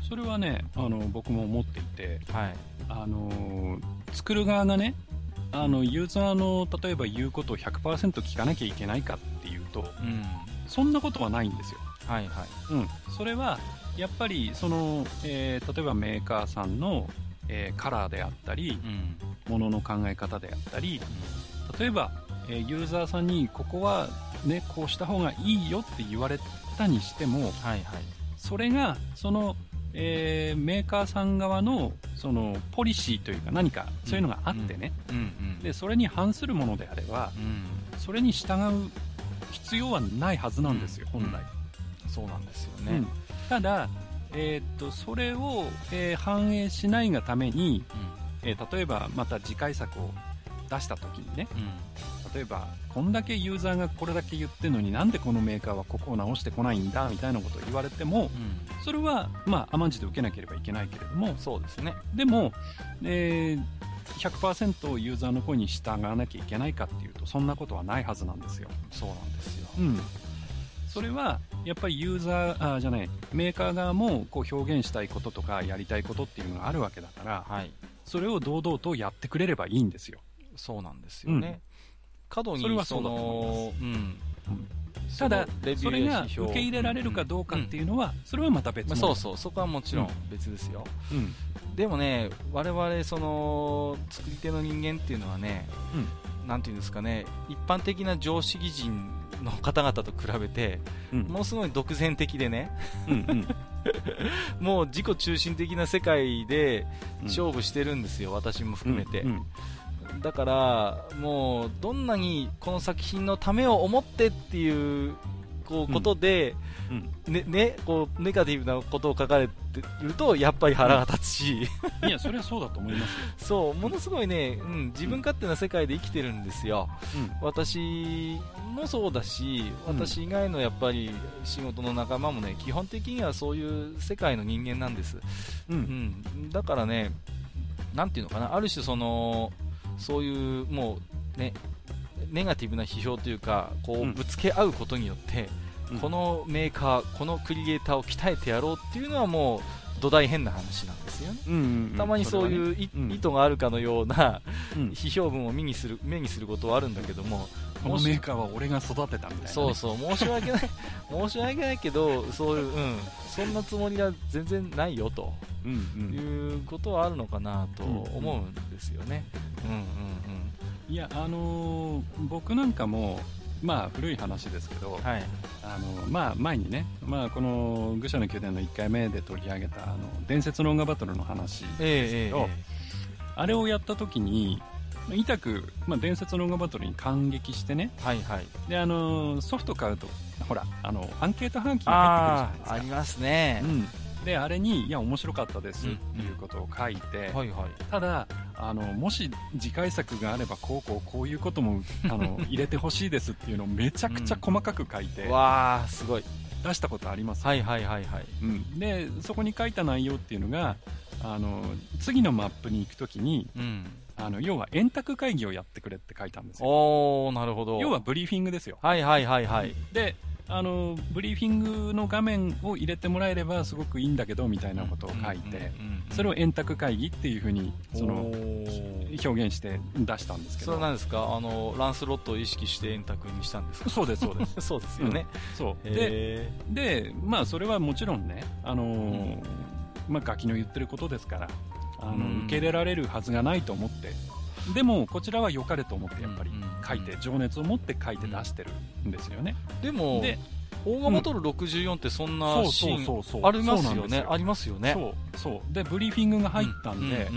それはね、僕も思っていて、はい、作る側がね、ユーザーの例えば言うことを 100% 聞かなきゃいけないかっていうと、そんなことはないんですよ。はいはい。それはやっぱり例えばメーカーさんの、カラーであったり、ものの考え方であったり、例えば、ユーザーさんにここはねこうした方がいいよって言われたにしても、はいはい、それがメーカーさん側のポリシーというか何かそういうのがあってね、でそれに反するものであれば、それに従う必要はないはずなんですよ、本来。 そうなんですよね。 ただ、それを、反映しないがために、例えばまた次回作を出した時にね、例えばこんだけユーザーがこれだけ言ってるのになんでこのメーカーはここを直してこないんだみたいなことを言われても、それは甘んじて受けなければいけないけれども、 そうですね。 でも、100% ユーザーの声に従わなきゃいけないかっていうとそんなことはないはずなんですよ。 そうなんですよ。 それはやっぱりメーカー側もこう表現したいこととかやりたいことっていうのがあるわけだから、はい、それを堂々とやってくれればいいんですよ。 そうなんですよね。過度にそれはそうだと思います。ただそれが受け入れられるかどうかっていうのは、それはまた別の、そこはもちろん別ですよ。でもね、我々作り手の人間っていうのはね、なんていうんですかね、一般的な常識人の方々と比べて、ものすごい独善的でね、もう自己中心的な世界で勝負してるんですよ、私も含めて。だからもうどんなにこの作品のためを思ってっていうことで、こうネガティブなことを書かれているとやっぱり腹が立つし、 いやそれはそうだと思いますよ。 そう、ものすごいね、自分勝手な世界で生きてるんですよ。私もそうだし、私以外のやっぱり仕事の仲間もね、基本的にはそういう世界の人間なんです。だからね、なんていうのかな、ある種そういうもうね、ネガティブな批評というか、こうぶつけ合うことによって、このメーカー、このクリエイターを鍛えてやろうっていうのはもう土台変な話なんですよね。たまにそういう意図があるかのような批評文を目にすることはあるんだけども、 このメーカーは俺が育てたみたいな、ね、 そうそう、申し訳ないけど、そういう、そんなつもりは全然ないよと、いうことはあるのかなと思うんですよね。 いや、僕なんかも古い話ですけど、はい、前にね、この愚者の宮殿の1回目で取り上げた伝説の音楽バトルの話ですけど、あれをやった時に痛く、伝説の音楽バトルに感激してね、はいはい、でソフト買うとほらアンケートはがきが入ってくるじゃないですか。 ありますね。 であれにいや面白かったですっていうことを書いて、ただもし次回作があればこういうことも入れてほしいですっていうのをめちゃくちゃ細かく書いて、 わーすごい出したことあります。でそこに書いた内容っていうのが次のマップに行くときに、要は円卓会議をやってくれって書いたんですよ。 おー、なるほど。 要はブリーフィングですよ。でブリーフィングの画面を入れてもらえればすごくいいんだけどみたいなことを書いて、それを円卓会議っていうふうに表現して出したんですけど。 それは何ですか、ランスロットを意識して円卓にしたんですか。 そうですそうですよね。 でそれはもちろんね、ガキの言ってることですから受け入れられるはずがないと思って、でもこちらは良かれと思ってやっぱり書いて、情熱を持って書いて出してるんですよね。 でもオーガバトル64ってそんなシーンありますよね。ありますよね。 そうでブリーフィングが入ったんで、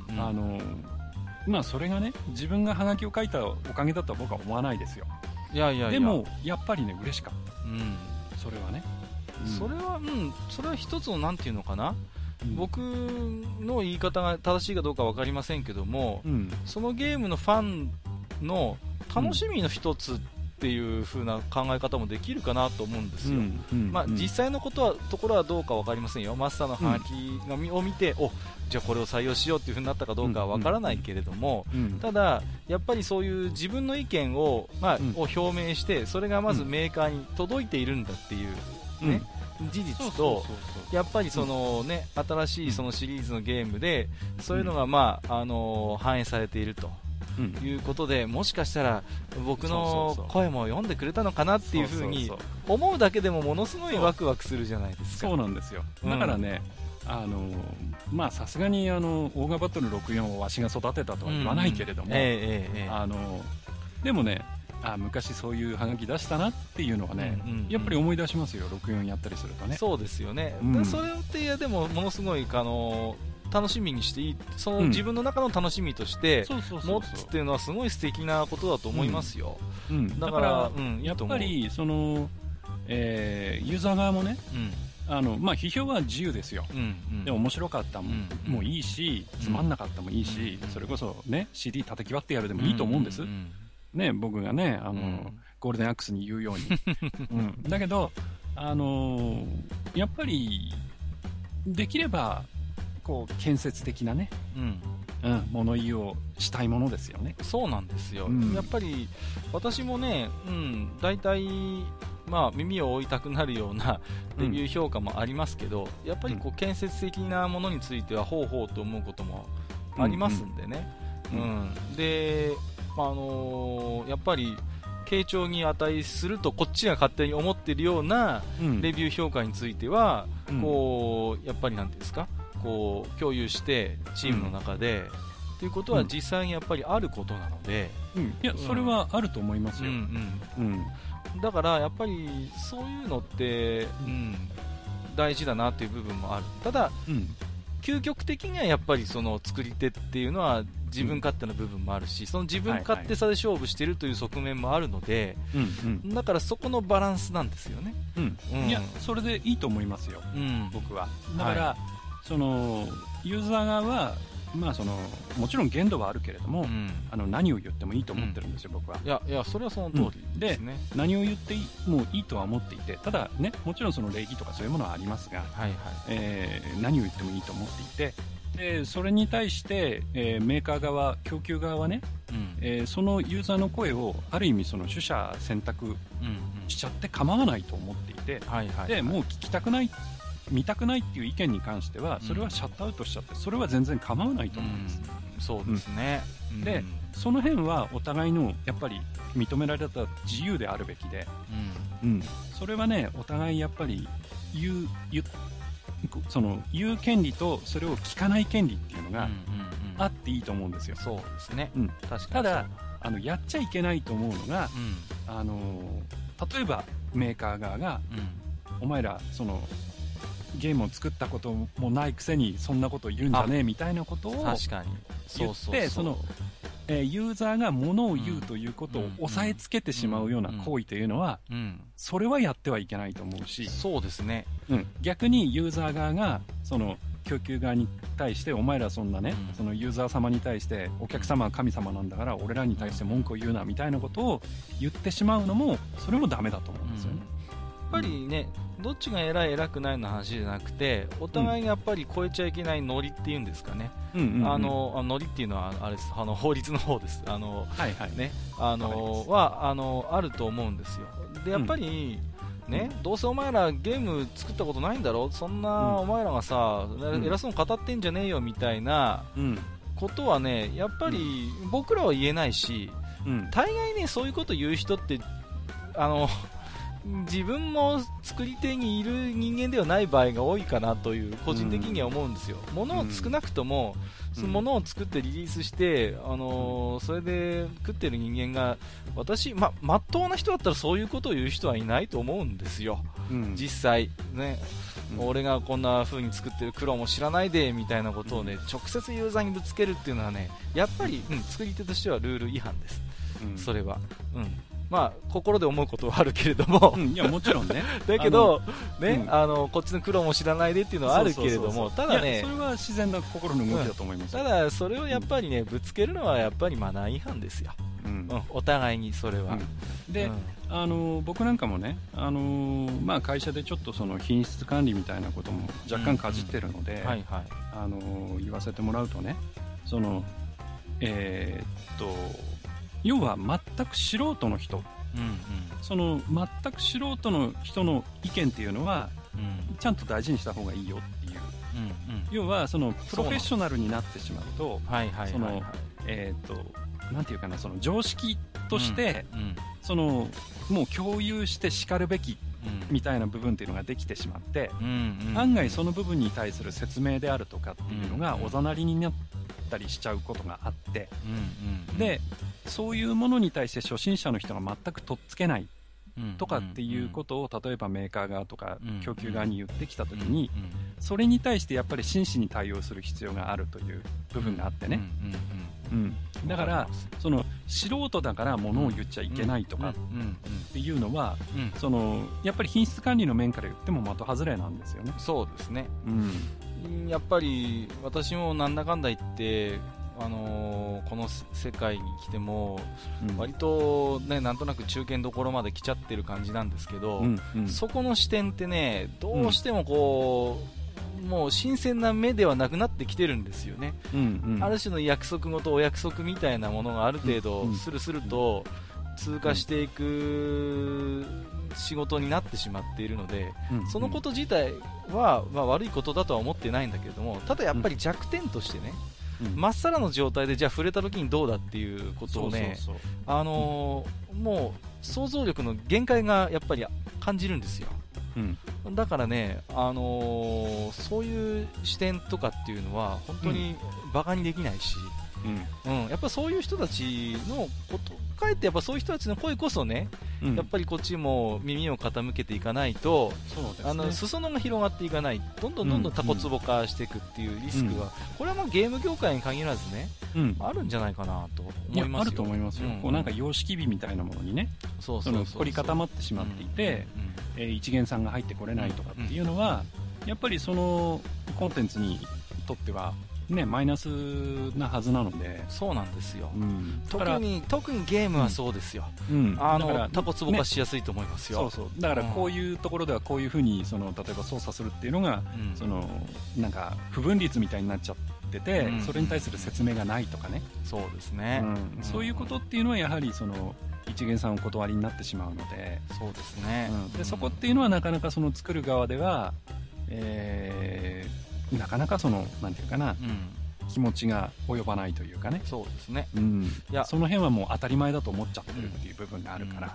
それがね自分がハガキを書いたおかげだとは僕は思わないですよ。でもやっぱりね嬉しかった、それはね、 それは一つのなんていうのかな、僕の言い方が正しいかどうか分かりませんけども、そのゲームのファンの楽しみの一つっていう風な考え方もできるかなと思うんですよ。実際のところはどうか分かりませんよ。マスターのハガキを見て、じゃあこれを採用しようっていう風になったかどうかは分からないけれども、ただやっぱりそういう自分の意見を表明して、それがまずメーカーに届いているんだっていうね、事実と、やっぱりそのね、新しいそのシリーズのゲームで、そういうのがまあ、反映されていると。いうことで、もしかしたら僕の声も読んでくれたのかなっていう風に思うだけでもものすごいワクワクするじゃないですか。 そうなんですよ。だからね、まあさすがにオーガバトル64をわしが育てたとは言わないけれども、でもね、昔そういうハガキ出したなっていうのはね、やっぱり思い出しますよ、64やったりするとね。 そうですよね。それってでもものすごい楽しみにしていい、その自分の中の楽しみとして持つっていうのはすごい素敵なことだと思いますよ。 だから、やっぱりその、ユーザー側もね、まあ批評は自由ですよ。でも面白かったもいいし、つまんなかったもいいし、それこそね CD 叩き割ってやるでもいいと思うんです。ね、僕がねゴールデンアックスに言うように。だけどやっぱりできればこう建設的なね、物言いをしたいものですよね。 そうなんですよ。やっぱり私もね、大体まあ耳を置いたくなるようなレビュー評価もありますけど、やっぱりこう建設的なものについてはほうほうと思うこともありますんでね。で、やっぱり傾聴に値するとこっちが勝手に思っているようなレビュー評価については、こうやっぱりなんていうんですか、こう共有してチームの中で、ということは実際にやっぱりあることなので、 いやそれはあると思いますよ。 だからやっぱりそういうのって、大事だなという部分もある。ただ、究極的にはやっぱりその作り手っていうのは自分勝手な部分もあるし、その自分勝手さで勝負しているという側面もあるので、だからそこのバランスなんですよね。 いやそれでいいと思いますよ、僕は。だから、そのユーザー側はまあもちろん限度はあるけれども、何を言ってもいいと思ってるんですよ、僕は。 いやそれはその通りですね。 で何を言ってもいいとは思っていて、ただね、もちろんその礼儀とかそういうものはありますが、何を言ってもいいと思っていて、でそれに対して、メーカー側、供給側はね、そのユーザーの声をある意味その取捨選択しちゃって構わないと思っていて、でもう聞きたくない見たくないっていう意見に関しては、それはシャットアウトしちゃって、それは全然構わないと思うんです。 そうですね。 でその辺はお互いのやっぱり認められた自由であるべきで、それはね、お互いやっぱり言う権利とそれを聞かない権利っていうのがあっていいと思うんですよ。 そうですね。確かに。 ただやっちゃいけないと思うのが、例えばメーカー側が、お前らそのゲームを作ったこともないくせにそんなこと言うんじゃねえみたいなことを言って、そのユーザーが物を言うということを押さえつけてしまうような行為というのは、それはやってはいけないと思うし、 そうですね。 逆にユーザー側がその供給側に対して、お前らそんなね、そのユーザー様に対してお客様は神様なんだから俺らに対して文句を言うなみたいなことを言ってしまうのも、それもダメだと思うんですよね。 やっぱりね、どっちが偉い偉くないの話じゃなくて、お互いがやっぱり超えちゃいけないノリっていうんですかね。ノリっていうのはあれです、法律の方です。ね、はあると思うんですよ。でやっぱり、ね、どうせお前らゲーム作ったことないんだろ、そんなお前らがさ、偉そうに語ってんじゃねえよみたいなことはね、やっぱり僕らは言えないし、大概ね、そういうこと言う人って自分も作り手にいる人間ではない場合が多いかなという個人的には思うんですよ。物を少なくとも、その物を作ってリリースして、それで食ってる人間が、私、まっとうな人だったらそういうことを言う人はいないと思うんですよ、実際ね。俺がこんな風に作ってる苦労も知らないでみたいなことをね、直接ユーザーにぶつけるっていうのはね、やっぱり、作り手としてはルール違反です、それは。まあ、心で思うことはあるけれども、 いやもちろんねだけど、ね、こっちの苦労も知らないでっていうのはあるけれども、ただね、 それは自然な心の動きだと思います。 ただそれをやっぱりね、ぶつけるのはやっぱりマナー違反ですよ、お互いにそれは。 で、僕なんかもね、会社でちょっとその品質管理みたいなことも若干かじってるので、言わせてもらうとね、その要は全く素人の人その全く素人の人の意見っていうのは、ちゃんと大事にした方がいいよっていう、要はそのプロフェッショナルになってしまうと、そのなんていうかな、その常識として、そのもう共有してしかるべきみたいな部分っていうのができてしまって、案外その部分に対する説明であるとかっていうのがおざなりになったりしちゃうことがあって、でそういうものに対して初心者の人が全くとっつけないとかっていうことを、例えばメーカー側とか供給側に言ってきたときに、それに対してやっぱり真摯に対応する必要があるという部分があってね。だからその素人だから物を言っちゃいけないとかっていうのは、そのやっぱり品質管理の面から言っても的外れなんですよね。 そうですね、やっぱり私もなんだかんだ言ってこの世界に来ても、割とね、なんとなく中堅どころまで来ちゃってる感じなんですけど、そこの視点ってね、どうしてもこう、もう新鮮な目ではなくなってきてるんですよね。ある種の約束事、お約束みたいなものがある程度スルスルと通過していく仕事になってしまっているので、そのこと自体は、悪いことだとは思ってないんだけれども、ただやっぱり弱点としてね、まっさらの状態でじゃあ触れた時にどうだっていうことをね、もう想像力の限界がやっぱり感じるんですよ。だからね、そういう視点とかっていうのは本当にバカにできないし、やっぱそういう人たちのことかえってやっぱそういう人たちの声こそね、やっぱりこっちも耳を傾けていかないと、裾野が広がっていかない、どんどんタコツボ化していくっていうリスクは、これはもうゲーム業界に限らずね、あるんじじゃないかなと思いますよ。 あると思いますよ。こうなんか様式美みたいなものにね、凝り固まってしまっていて、一元さんが入ってこれないとかっていうのは、やっぱりそのコンテンツにとってはね、マイナスなはずなので。 そうなんですよ、特にゲームはそうですよ、タコツボ化しやすいと思いますよ。 だからこういうところではこういうふうに例えば操作するっていうのが、なんか不分率みたいになっちゃってて、それに対する説明がないとかね。 そうですね、 そういうことっていうのはやはり一元さんお断りになってしまうので。 そうですね、 でそこっていうのはなかなか作る側では、なかなかなんていうかな、気持ちが及ばないというかね。 そうですね、 いやその辺はもう当たり前だと思っちゃってるっていう部分があるから、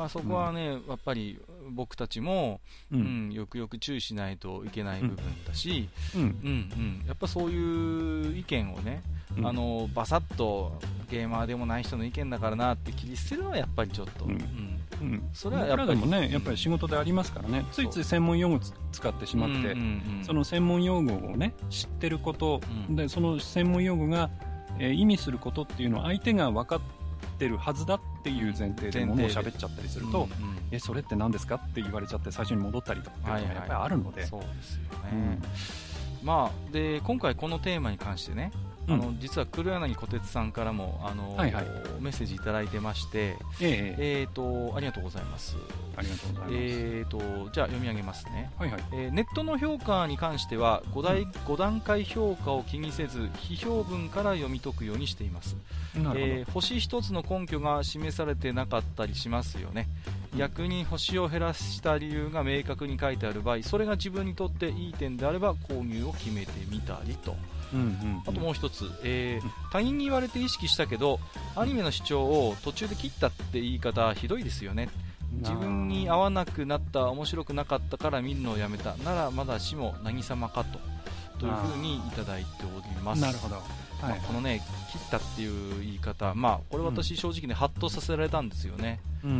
そこはね、やっぱり僕たちも、よくよく注意しないといけない部分だし、やっぱそういう意見をね、バサッとゲーマーでもない人の意見だからなって切り捨てるのはやっぱりちょっと、 それはやっぱりね、やっぱり仕事でありますからね、ついつい専門用語を使ってしまって、その専門用語をね知ってること、でその専門用語が、意味することっていうのは相手が分かってるはずだっていう前提でものを喋っちゃったりすると、それって何ですかって言われちゃって最初に戻ったりとかっていうのがやっぱりあるので。 そうですよね、で今回このテーマに関してね、実は黒柳小鉄さんからもメッセージいただいてまして、ありがとうございます。 ありがとうございます。 じゃあ読み上げますね。ネットの評価に関しては5段階評価を気にせず批評文から読み解くようにしています。星1つの根拠が示されてなかったりしますよね。逆に星を減らした理由が明確に書いてある場合、それが自分にとっていい点であれば購入を決めてみたりと。あともう一つ、他人に言われて意識したけどアニメの視聴を途中で切ったって言い方ひどいですよね。自分に合わなくなった、面白くなかったから見るのをやめたならまだしも渚かというふうにいただいております。 なるほど。 このね、切ったっていう言い方、これ私正直ね、ハッとさせられたんですよね。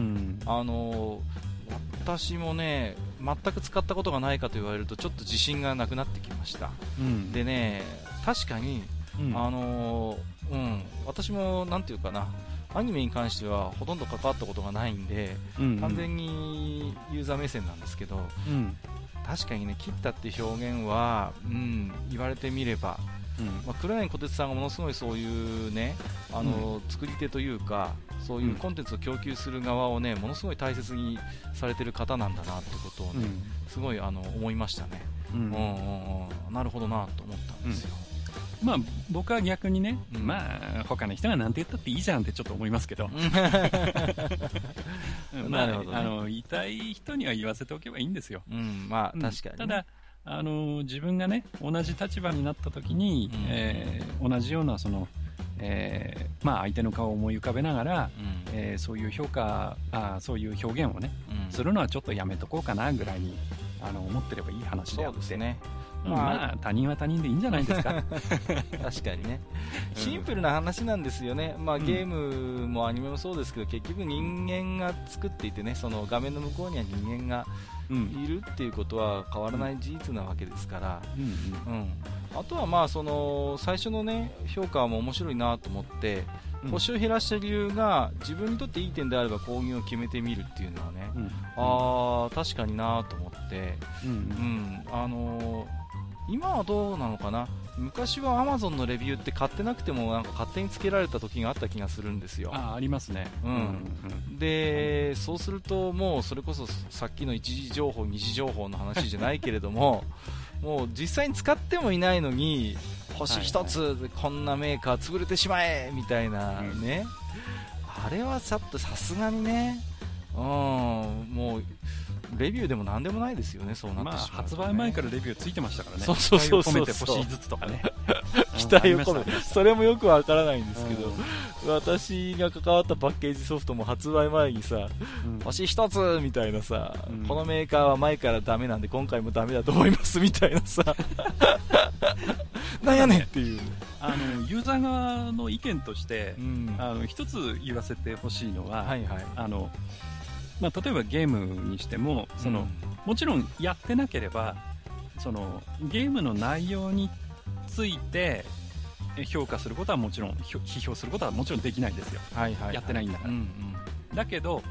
私もね、全く使ったことがないかと言われるとちょっと自信がなくなってきました。でね、確かに、私もなんていうかな、アニメに関してはほとんど関わったことがないんで、完全にユーザー目線なんですけど、確かにね、切ったっていう表現は、言われてみれば、黒柳小鉄さんがものすごいそういうね、作り手というか、そういうコンテンツを供給する側をね、ものすごい大切にされてる方なんだなってことをね、すごい思いましたね。なるほどなと思ったんですよ。 まあ僕は逆にね、まあ他の人がなんて言ったっていいじゃんってちょっと思いますけど、まあ、言いたい人には言わせておけばいいんですよ。 まあ確かに、 ただ自分がね同じ立場になった時に、同じようなそのまあ相手の顔を思い浮かべながら、そういうそういう表現をね、するのはちょっとやめとこうかなぐらいに思ってればいい話であって。そうですね。まあ他人は他人でいいんじゃないですか。 確かにね。シンプルな話なんですよね。まあゲームもアニメもそうですけど、結局人間が作っていてね、その画面の向こうには人間がいるっていうことは変わらない事実なわけですから、あとはまあその最初のね評価も面白いなと思って、星を減らした理由が自分にとっていい点であれば攻撃を決めてみるっていうのはね、確かになと思って、今はどうなのかな。昔は Amazon のレビューって買ってなくてもなんか勝手につけられた時があった気がするんですよ。 ありますね。 で、そうするともうそれこそさっきの一時情報二次情報の話じゃないけれどももう実際に使ってもいないのに星一つでこんなメーカー潰れてしまえみたいなね、あれはちょっとさすがにね、もうレビューでもなんでもないですよね、そうなってしまうと、ね。 発売前からレビューついてましたからね。 そうそうそうそう。期待を込めて星ずつとかね。 期待を込めて。それもよくわからないんですけど、私が関わったパッケージソフトも発売前にさ、星一つみたいなさ、このメーカーは前からダメなんで今回もダメだと思いますみたいなさ、なんやねんっていう。 ユーザー側の意見として、一つ言わせてほしいのは、まあ、例えばゲームにしてももちろんやってなければゲームの内容について評価することはもちろん批評することはもちろんできないんですよ、やってないんだから、だけど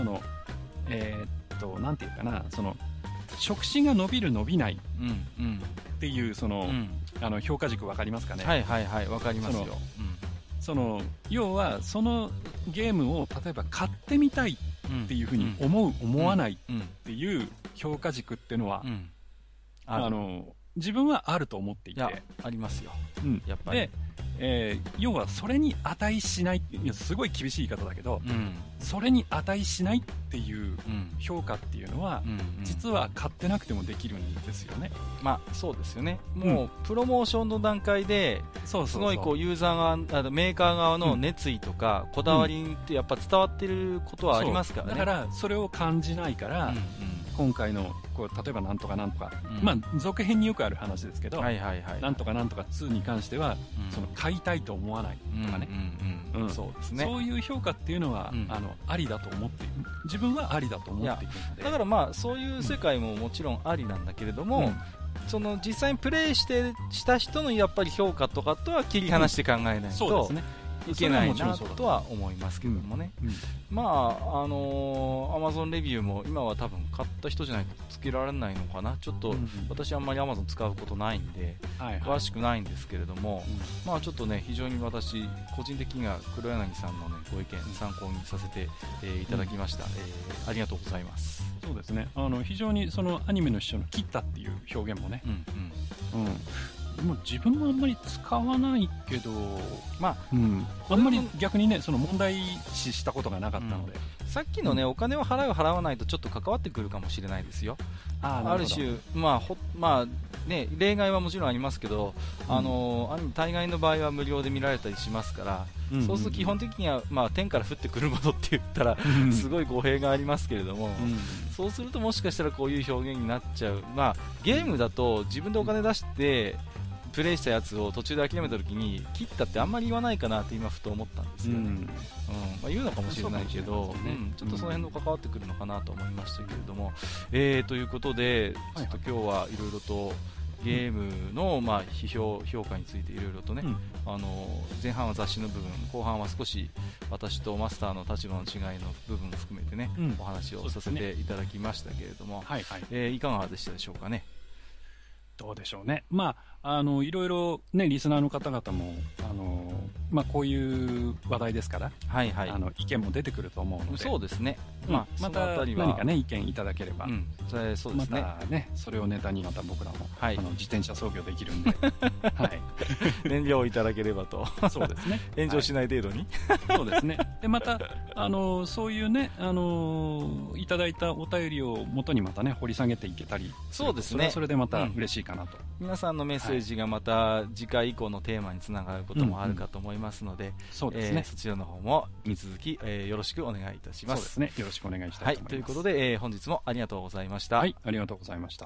なんていうかな、触手が伸びる伸びないっていう評価軸分かりますかね。 分かりますよ。 要はそのゲームを例えば買ってみたいっていうふうに思わないっていう評価軸っていうのは、自分はあると思っていて。 ありますよ、やっぱり。 で、要はそれに値しない、すごい厳しい言い方だけど、それに値しないっていう評価っていうのは、実は買ってなくてもできるんですよね。 まあそうですよね。もうプロモーションの段階ですごいこうユーザー側、メーカー側の熱意とかこだわりってやっぱ伝わってることはありますからね。 だからそれを感じないから、今回の例えばなんとかなんとか、まあ続編によくある話ですけど、なんとかなんとか2に関しては、買いたいと思わないとかね、 そうですね。 そういう評価っていうのは、ありだと思っている。自分はありだと思っているので。 だからまあそういう世界ももちろんありなんだけれども、実際にプレイした人のやっぱり評価とかとは切り離して考えないといけないなとは思いますけどもね。まあAmazon レビューも今は多分買った人じゃないとつけられないのかな。ちょっと私あんまり Amazon 使うことないんで詳しくないんですけれども、まあちょっとね非常に私個人的には黒柳さんのねご意見参考にさせていただきました。ありがとうございます。 そうですね。非常にアニメの師匠の切ったっていう表現もね、もう自分もあんまり使わないけど、あんまり逆にね問題視したことがなかったので、 さっきのね、お金を払う払わないとちょっと関わってくるかもしれないですよ。ある種ね、例外はもちろんありますけど、大概の場合は無料で見られたりしますから、そうすると基本的には、天から降ってくるものって言ったらすごい語弊がありますけれども、そうするともしかしたらこういう表現になっちゃう。ゲームだと自分でお金出してプレイしたやつを途中で諦めた時に切ったってあんまり言わないかなって今ふと思ったんですよね。言うのかもしれないけど、ちょっとその辺の関わってくるのかなと思いましたけれども、ということでちょっと今日はいろいろとゲームの評価についていろいろとね、前半は雑誌の部分、後半は少し私とマスターの立場の違いの部分も含めてね、お話をさせていただきましたけれども、いかがでしたでしょうかね。 どうでしょうね。まあ、いろいろね、リスナーの方々も、まあ、こういう話題ですから、はいはい。意見も出てくると思うので。 そうですね。 まあ、また何かね、意見いただければ。 そうですね。 またね、それをネタにまた僕らも、自転車操業できるんで、はい。 燃料をいただければと。 そうですね。 炎上しない程度に。 そうですね。で、また、そういうね、いただいたお便りを元にまたね、掘り下げていけたり。 そうですね。 それでまた嬉しいかなと。 皆さんのメッセージがまた次回以降のテーマにつながることもあるかと思いますので、 そうですね。 そちらの方も引き続き、よろしくお願いいたします。 そうですね。よろしくお願いしたいと思います。はい。 ということで、本日もありがとうございました。 はい。ありがとうございました。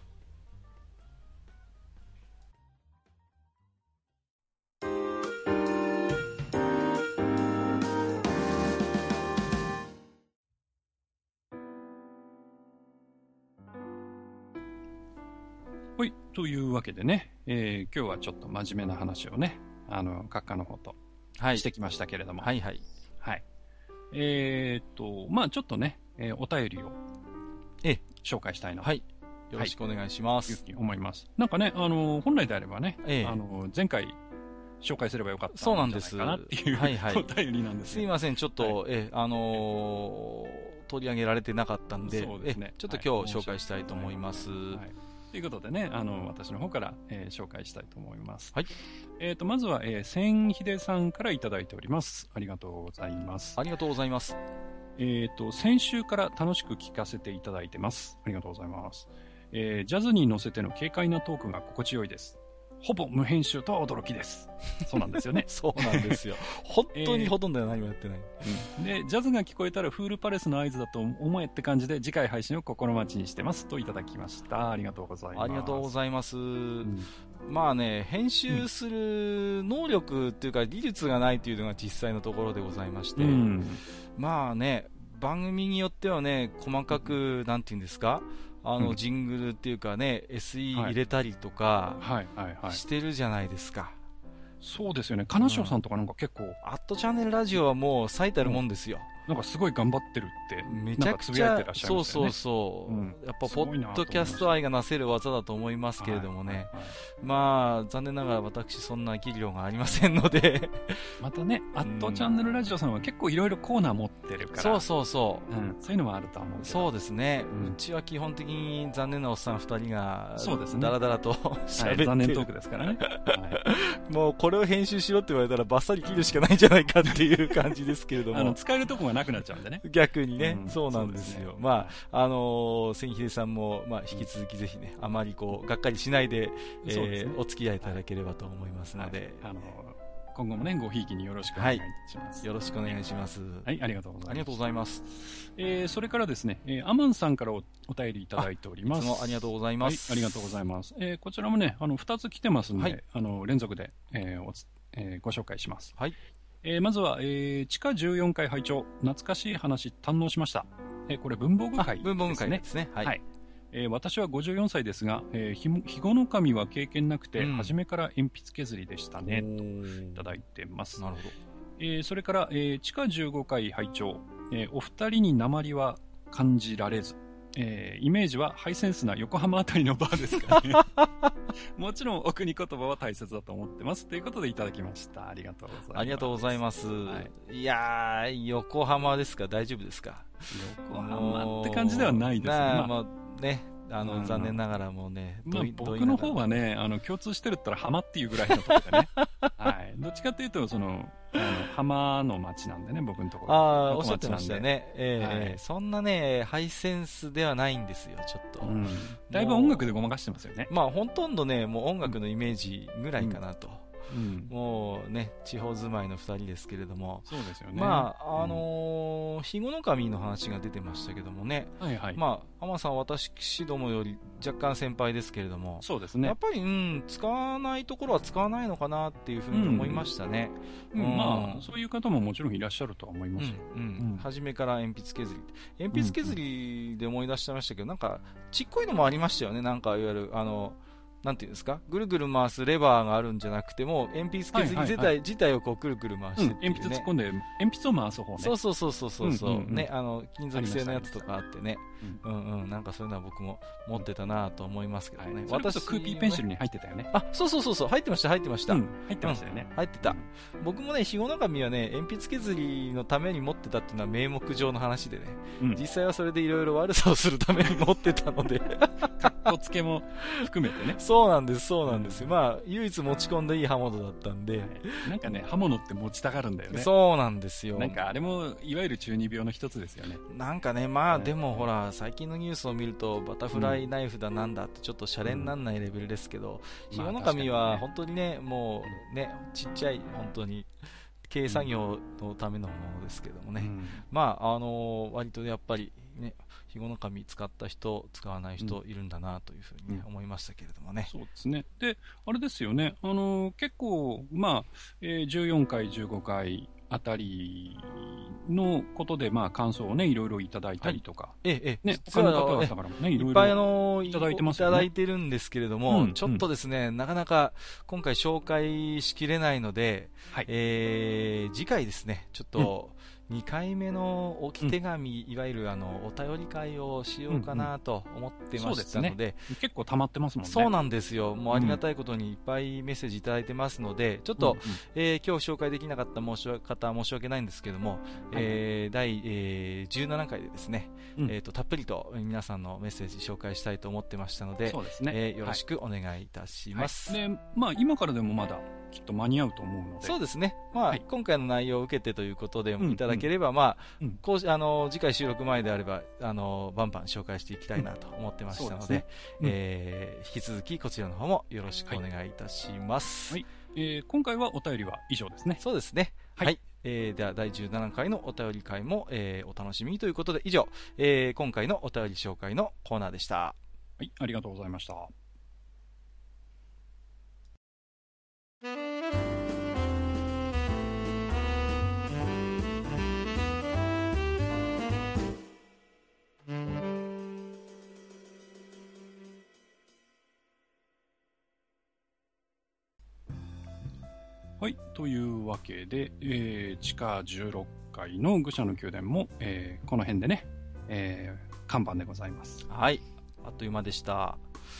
はい。というわけでね、今日はちょっと真面目な話をね、閣下の方としてきましたけれども。 はいはい。 はい。まあちょっとね、お便りを紹介したいなと。 はい。よろしくお願いします。 いうふうに思います。なんかね、本来であればね、前回紹介すればよかったんじゃないかなっていうお便りなんです。 すいません、ちょっと、取り上げられてなかったんで、そうですね。ちょっと今日紹介したいと思います。 ということでね、私の方から、紹介したいと思います。 はい。 まずは、千秀さんからいただいております。ありがとうございます。 ありがとうございます。 先週から楽しく聞かせていただいてます。ありがとうございます。ジャズに乗せての軽快なトークが心地よいです。ほぼ無編集とは驚きです。そうなんですよね。 そうなんですよ。本当にほとんど何もやってない、 で、ジャズが聞こえたらフールパレスの合図だと思えって感じで次回配信を心待ちにしてますといただきました。ありがとうございます。 ありがとうございます。まあね、編集する能力っていうか技術がないというのが実際のところでございまして、まあね、番組によってはね、細かく、なんていうんですか、ジングルっていうかね、SE 入れたりとか、してるじゃないですか。 そうですよね。金城さんとかなんか結構。 アットチャンネルラジオはもう最たるもんですよ。 なんかすごい頑張ってるって、 めちゃくちゃ、そうそうそう。やっぱ、ポッドキャスト愛がなせる技だと思いますけれどもね。まあ、残念ながら私、そんな技量がありませんので。 またね、アットチャンネルラジオさんは結構いろいろコーナー持ってるから。 そうそうそう。 そういうのもあると思う。 そうですね。うちは基本的に残念なおっさん二人が、そうですね。だらだらと喋って。 残念トークですからね。 もう、これを編集しろって言われたらバッサリ切るしかないんじゃないかっていう感じですけれども。 使えるとこがなくなっちゃうんでね。 逆にね、そうなんですよ。まあ、千秀さんも、まあ、引き続きぜひね、あまりこう、がっかりしないで、お付き合いいただければと思いますので、 今後もね、ごひいきによろしくお願いいたします。 よろしくお願いします。 はい、ありがとうございます。 ありがとうございます。 それからですね、アマンさんからお便りいただいております。 いつもありがとうございます。 はい、ありがとうございます。こちらもね、2つ来てますんで、連続で、ご紹介します。 はい。 まずは、地下14階拝聴懐かしい話堪能しました。これ文房具会ですね。 文房具会ですね。はい。 私は54歳ですが、ひごの神は経験なくて、初めから鉛筆削りでしたね、といただいてます。 なるほど。それから、地下15階拝聴お二人に鉛は感じられず、イメージはハイセンスな横浜あたりのバーですかね。もちろん、お国言葉は大切だと思ってます。ということでいただきました。ありがとうございます。 ありがとうございます。いやー、横浜ですか？大丈夫ですか？ 横浜って感じではないですね。 まあね、残念ながらもうね、 僕の方はね、共通してるったら浜っていうぐらいのところでね。はい。どっちかっていうと、浜の町なんでね、僕のところ。 おっしゃってましたね。そんなね、ハイセンスではないんですよ、ちょっと。 だいぶ音楽でごまかしてますよね。 まあ、ほとんどね、もう音楽のイメージぐらいかなと。もうね、地方住まいの2人ですけれども、 そうですよね。 まあ、ひごの神の話が出てましたけどもね、まあ、浜さん、私どもより若干先輩ですけれども、 そうですね。 やっぱり、使わないところは使わないのかなっていうふうに思いましたね。 まあ、そういう方ももちろんいらっしゃるとは思いますよ。 初めから鉛筆削り。鉛筆削りで思い出してましたけど、なんか、ちっこいのもありましたよね、なんか、いわゆる、 なんていうんですか、ぐるぐる回すレバーがあるんじゃなくても、鉛筆削り自体をこうくるくる回してっていうね、 鉛筆突っ込んで鉛筆を回す方ね。 そう、ね、金属製のやつとかあってね、なんかそういうのは僕も持ってたなと思いますけどね。 私クーピーペンシルに入ってたよね。 そう、入ってました。入ってましたよね。 入ってた。僕もね、ひごの紙はね、鉛筆削りのために持ってたっていうのは名目上の話でね、実際はそれでいろいろ悪さをするために持ってたので、 かっこつけも含めてね。 そうなんですよ。まあ、唯一持ち込んでいい刃物だったんで。 なんかね、刃物って持ちたがるんだよね。 そうなんですよ。 なんかあれも、いわゆる中二病の一つですよね。 なんかね、まあでもほら、最近のニュースを見ると、バタフライナイフだなんだってちょっとシャレになんないレベルですけど、ひごの紙は本当にね、もうね、ちっちゃい、本当に、軽作業のためのものですけどもね。まあ、割とやっぱりね、ひごの紙使った人、使わない人いるんだなというふうに、ね思いましたけれどもね。 そうですね。で、あれですよね。結構、まあ、14回、15回あたりのことで、まあ、感想をね、いろいろいただいたりとか。 ね、 他の方々からもね、いろいろいただいてますよね。 いただいてるんですけれども、ちょっとですね、なかなか今回紹介しきれないので、次回ですね、ちょっと、2回目の置き手紙、いわゆるお便り会をしようかなと思ってましたので、 結構溜まってますもんね。 そうなんですよ。もうありがたいことにいっぱいメッセージいただいてますので、ちょっと、今日紹介できなかった方申し訳ないんですけども、第、17回でですね、たっぷりと皆さんのメッセージ紹介したいと思ってましたので、 そうですね。 よろしくお願いいたします。 で、まあ今からでもまだきっと間に合うと思うので。 そうですね。まあ、今回の内容を受けてということでいただければ、まあ、次回収録前であれば、バンバン紹介していきたいなと思ってましたので、引き続きこちらの方もよろしくお願いいたします。 はい。今回はお便りは以上ですね。 そうですね。はい。では、第17回のお便り会も、お楽しみにということで、以上、今回のお便り紹介のコーナーでした。 はい、ありがとうございました。はい。というわけで、地下16階の愚者の宮殿も、この辺でね、看板でございます。 はい。あっという間でした。 はい。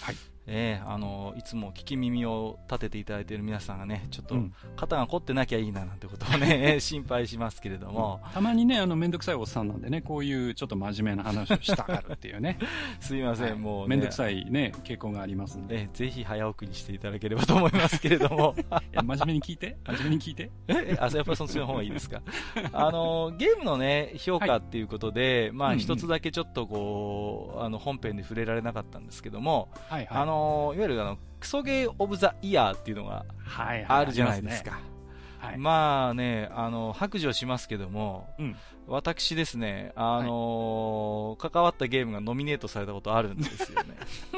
いつも聞き耳を立てていただいている皆さんがね、ちょっと肩が凝ってなきゃいいななんてことをね、心配しますけれども。 たまにね、めんどくさいおっさんなんでね、こういうちょっと真面目な話をしたがるっていうね。 すいません、もう、 めんどくさいね、傾向がありますんで。 ぜひ早送りしていただければと思いますけれども。 真面目に聞いてやっぱりそっちの方がいいですか。ゲームのね、評価っていうことで、まあ一つだけちょっとこう、本編で触れられなかったんですけども、いわゆるクソゲーオブザイヤーっていうのがあるじゃないですか。まあね、白状しますけども、私ですね、関わったゲームがノミネートされたことあるんですよね。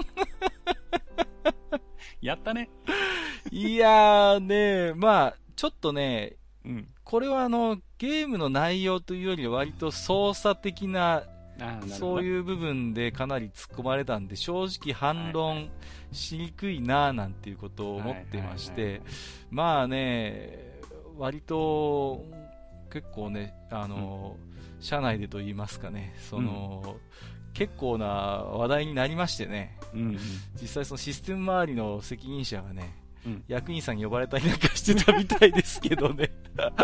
やったね。 いやーね、まあ、ちょっとね、これはゲームの内容というよりは割と操作的な、そういう部分でかなり突っ込まれたんで、正直反論しにくいななんていうことを思ってまして、まあね、割と結構ね、社内でと言いますかね、結構な話題になりましてね、実際そのシステム周りの責任者がね、役員さんに呼ばれたりなんかしてたみたいですけどね。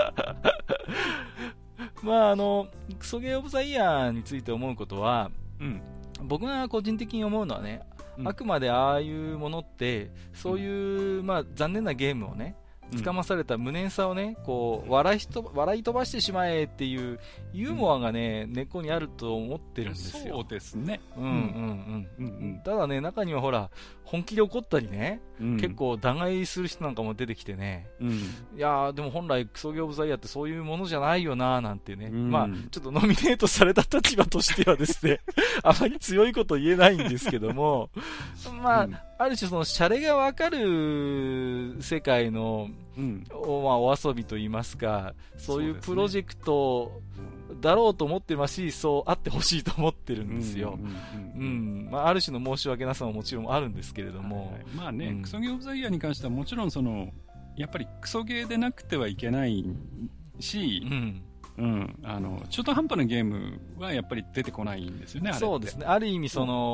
まあクソゲーオブザイヤーについて思うことは、僕が個人的に思うのはね、あくまでああいうものってそういう、まあ、残念なゲームをねつかまされた無念さをねこう笑い飛ばしてしまえっていうユーモアがね、根っこにあると思ってるんですよ。 そうですね。 ただね、中にはほら本気で怒ったりね、結構打開する人なんかも出てきてね、いやでも本来クソゲーオブザイヤーってそういうものじゃないよななんてね、まあちょっとノミネートされた立場としてはですねあまり強いこと言えないんですけどもまあ、ある種そのシャレがわかる世界のお遊びといいますか、そういうプロジェクトだろうと思ってますし、そうあってほしいと思ってるんですよ。ある種の申し訳なさももちろんあるんですけれども、 まあね、クソゲーオブザイヤーに関してはもちろんやっぱりクソゲーでなくてはいけないし、中途半端なゲームはやっぱり出てこないんですよね、あれって。 そうですね。ある意味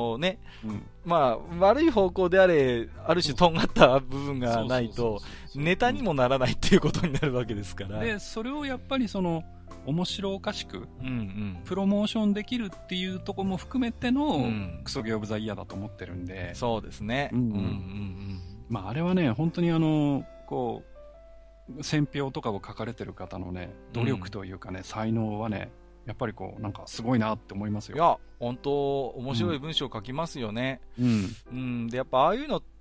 悪い方向であれ、ある種とんがった部分がないと、ネタにもならないっていうことになるわけですから。 で、それをやっぱり面白おかしく、プロモーションできるっていうところも含めての、クソゲーオブザイヤーだと思ってるんで。 そうですね。 あれはね、本当に選評とかを書かれてる方のね、努力というかね、才能はね、やっぱりなんかすごいなって思いますよ。 いや、本当面白い文章を書きますよね。で、やっぱああいうのって、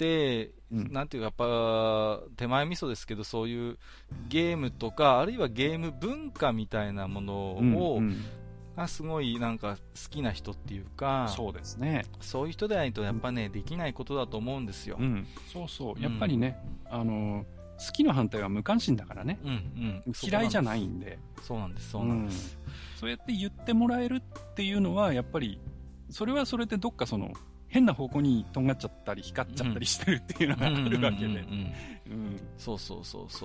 なんていうか、やっぱ手前味噌ですけど、そういうゲームとか、あるいはゲーム文化みたいなものを、がすごいなんか好きな人っていうか、 そうですね。 そういう人でないとやっぱね、できないことだと思うんですよ。 そうそう。やっぱりね、好きの反対は無関心だからね。嫌いじゃないんで。 そうなんです、そうなんです。 そうやって言ってもらえるっていうのは、やっぱり、それはそれでどっか変な方向にとんがっちゃったり光っちゃったりしてるっていうのがあるわけで。 そうそうそうそう。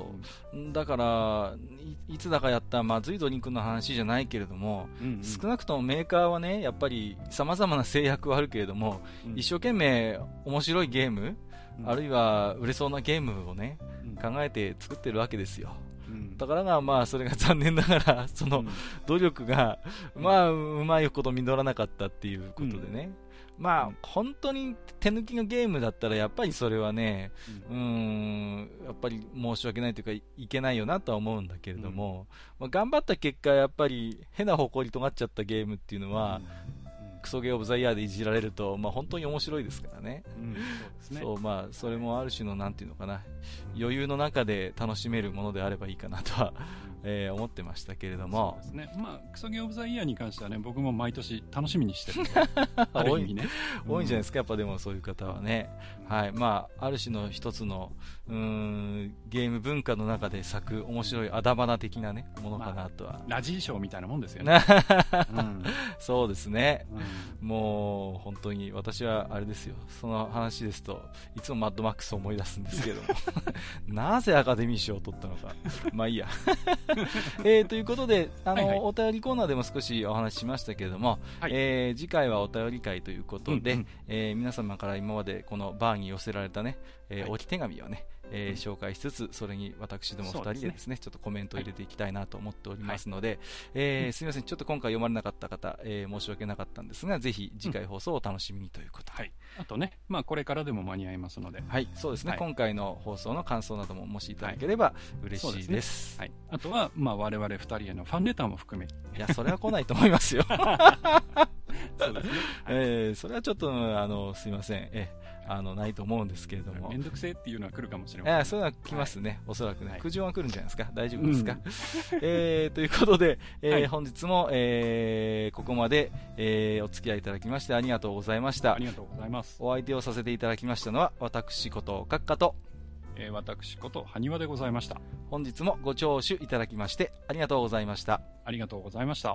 だから、いつだかやったまずいドリンクの話じゃないけれども、少なくともメーカーはね、やっぱり様々な制約はあるけれども、一生懸命面白いゲーム、あるいは売れそうなゲームをね、考えて作ってるわけですよ。だからそれが残念ながら、努力が、うまいこと実らなかったっていうことでね。本当に手抜きのゲームだったら、やっぱりそれはね、やっぱり申し訳ないというか、いけないよなとは思うんだけれども、頑張った結果、やっぱり変な方向に尖っちゃったゲームっていうのは、クソゲーオブザイヤーでいじられると、本当に面白いですからね。それもある種のなんていうのかな、余裕の中で楽しめるものであればいいかなとは、思ってましたけれども。 そうですね。クソゲーオブザイヤーに関してはね、僕も毎年楽しみにしてるんで。ある意味ね。 多いんじゃないですか、やっぱでもそういう方はね。はい。ある種の一つの、ゲーム文化の中で咲く面白いあだ花的なね、ものかなとは。 ラジーショーみたいなもんですよね。 そうですね。もう、本当に、私はあれですよ。その話ですと、いつもマッドマックスを思い出すんですけども。なぜアカデミー賞を取ったのか。まあいいや。ということで、お便りコーナーでも少しお話ししましたけれども、次回はお便り会ということで、皆様から今までこのバーに寄せられたね、置き手紙をね、紹介しつつ、それに私ども2人でですね、ちょっとコメントを入れていきたいなと思っておりますので、すみません、ちょっと今回読まれなかった方、申し訳なかったんですが、ぜひ次回放送をお楽しみにということで。 あとね、これからでも間に合いますので。 はい、そうですね、今回の放送の感想などももしいただければ嬉しいです。 あとは、我々2人へのファンレターも含め。 いや、それは来ないと思いますよ。 そうですね。それはちょっと、すいません。ないと思うんですけれども。 めんどくせえっていうのは来るかもしれません。 そういうのは来ますね。おそらくね。苦情は来るんじゃないですか。大丈夫ですか。ということで、本日も、ここまで、お付き合いいただきましてありがとうございました。 ありがとうございます。 お相手をさせていただきましたのは、私こと閣下と、 私こと埴輪でございました。 本日もご聴取いただきましてありがとうございました。 ありがとうございました。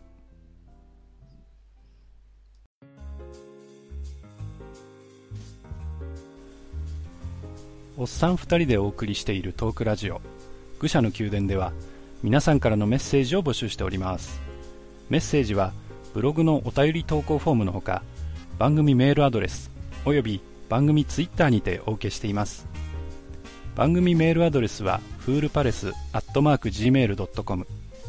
おっさん2人でお送りしているトークラジオ愚者の宮殿では皆さんからのメッセージを募集しております。メッセージはブログのお便り投稿フォームのほか、番組メールアドレスおよび番組ツイッターにてお受けしています。番組メールアドレスはフールパレス@gmail.com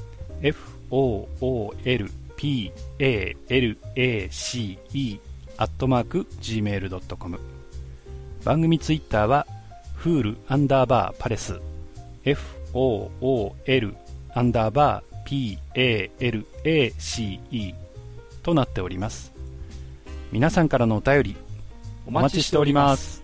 foolpalace@gmail.com 番組ツイッターはフール_パレス FOOL_PALACE となっております。皆さんからのお便りお待ちしております。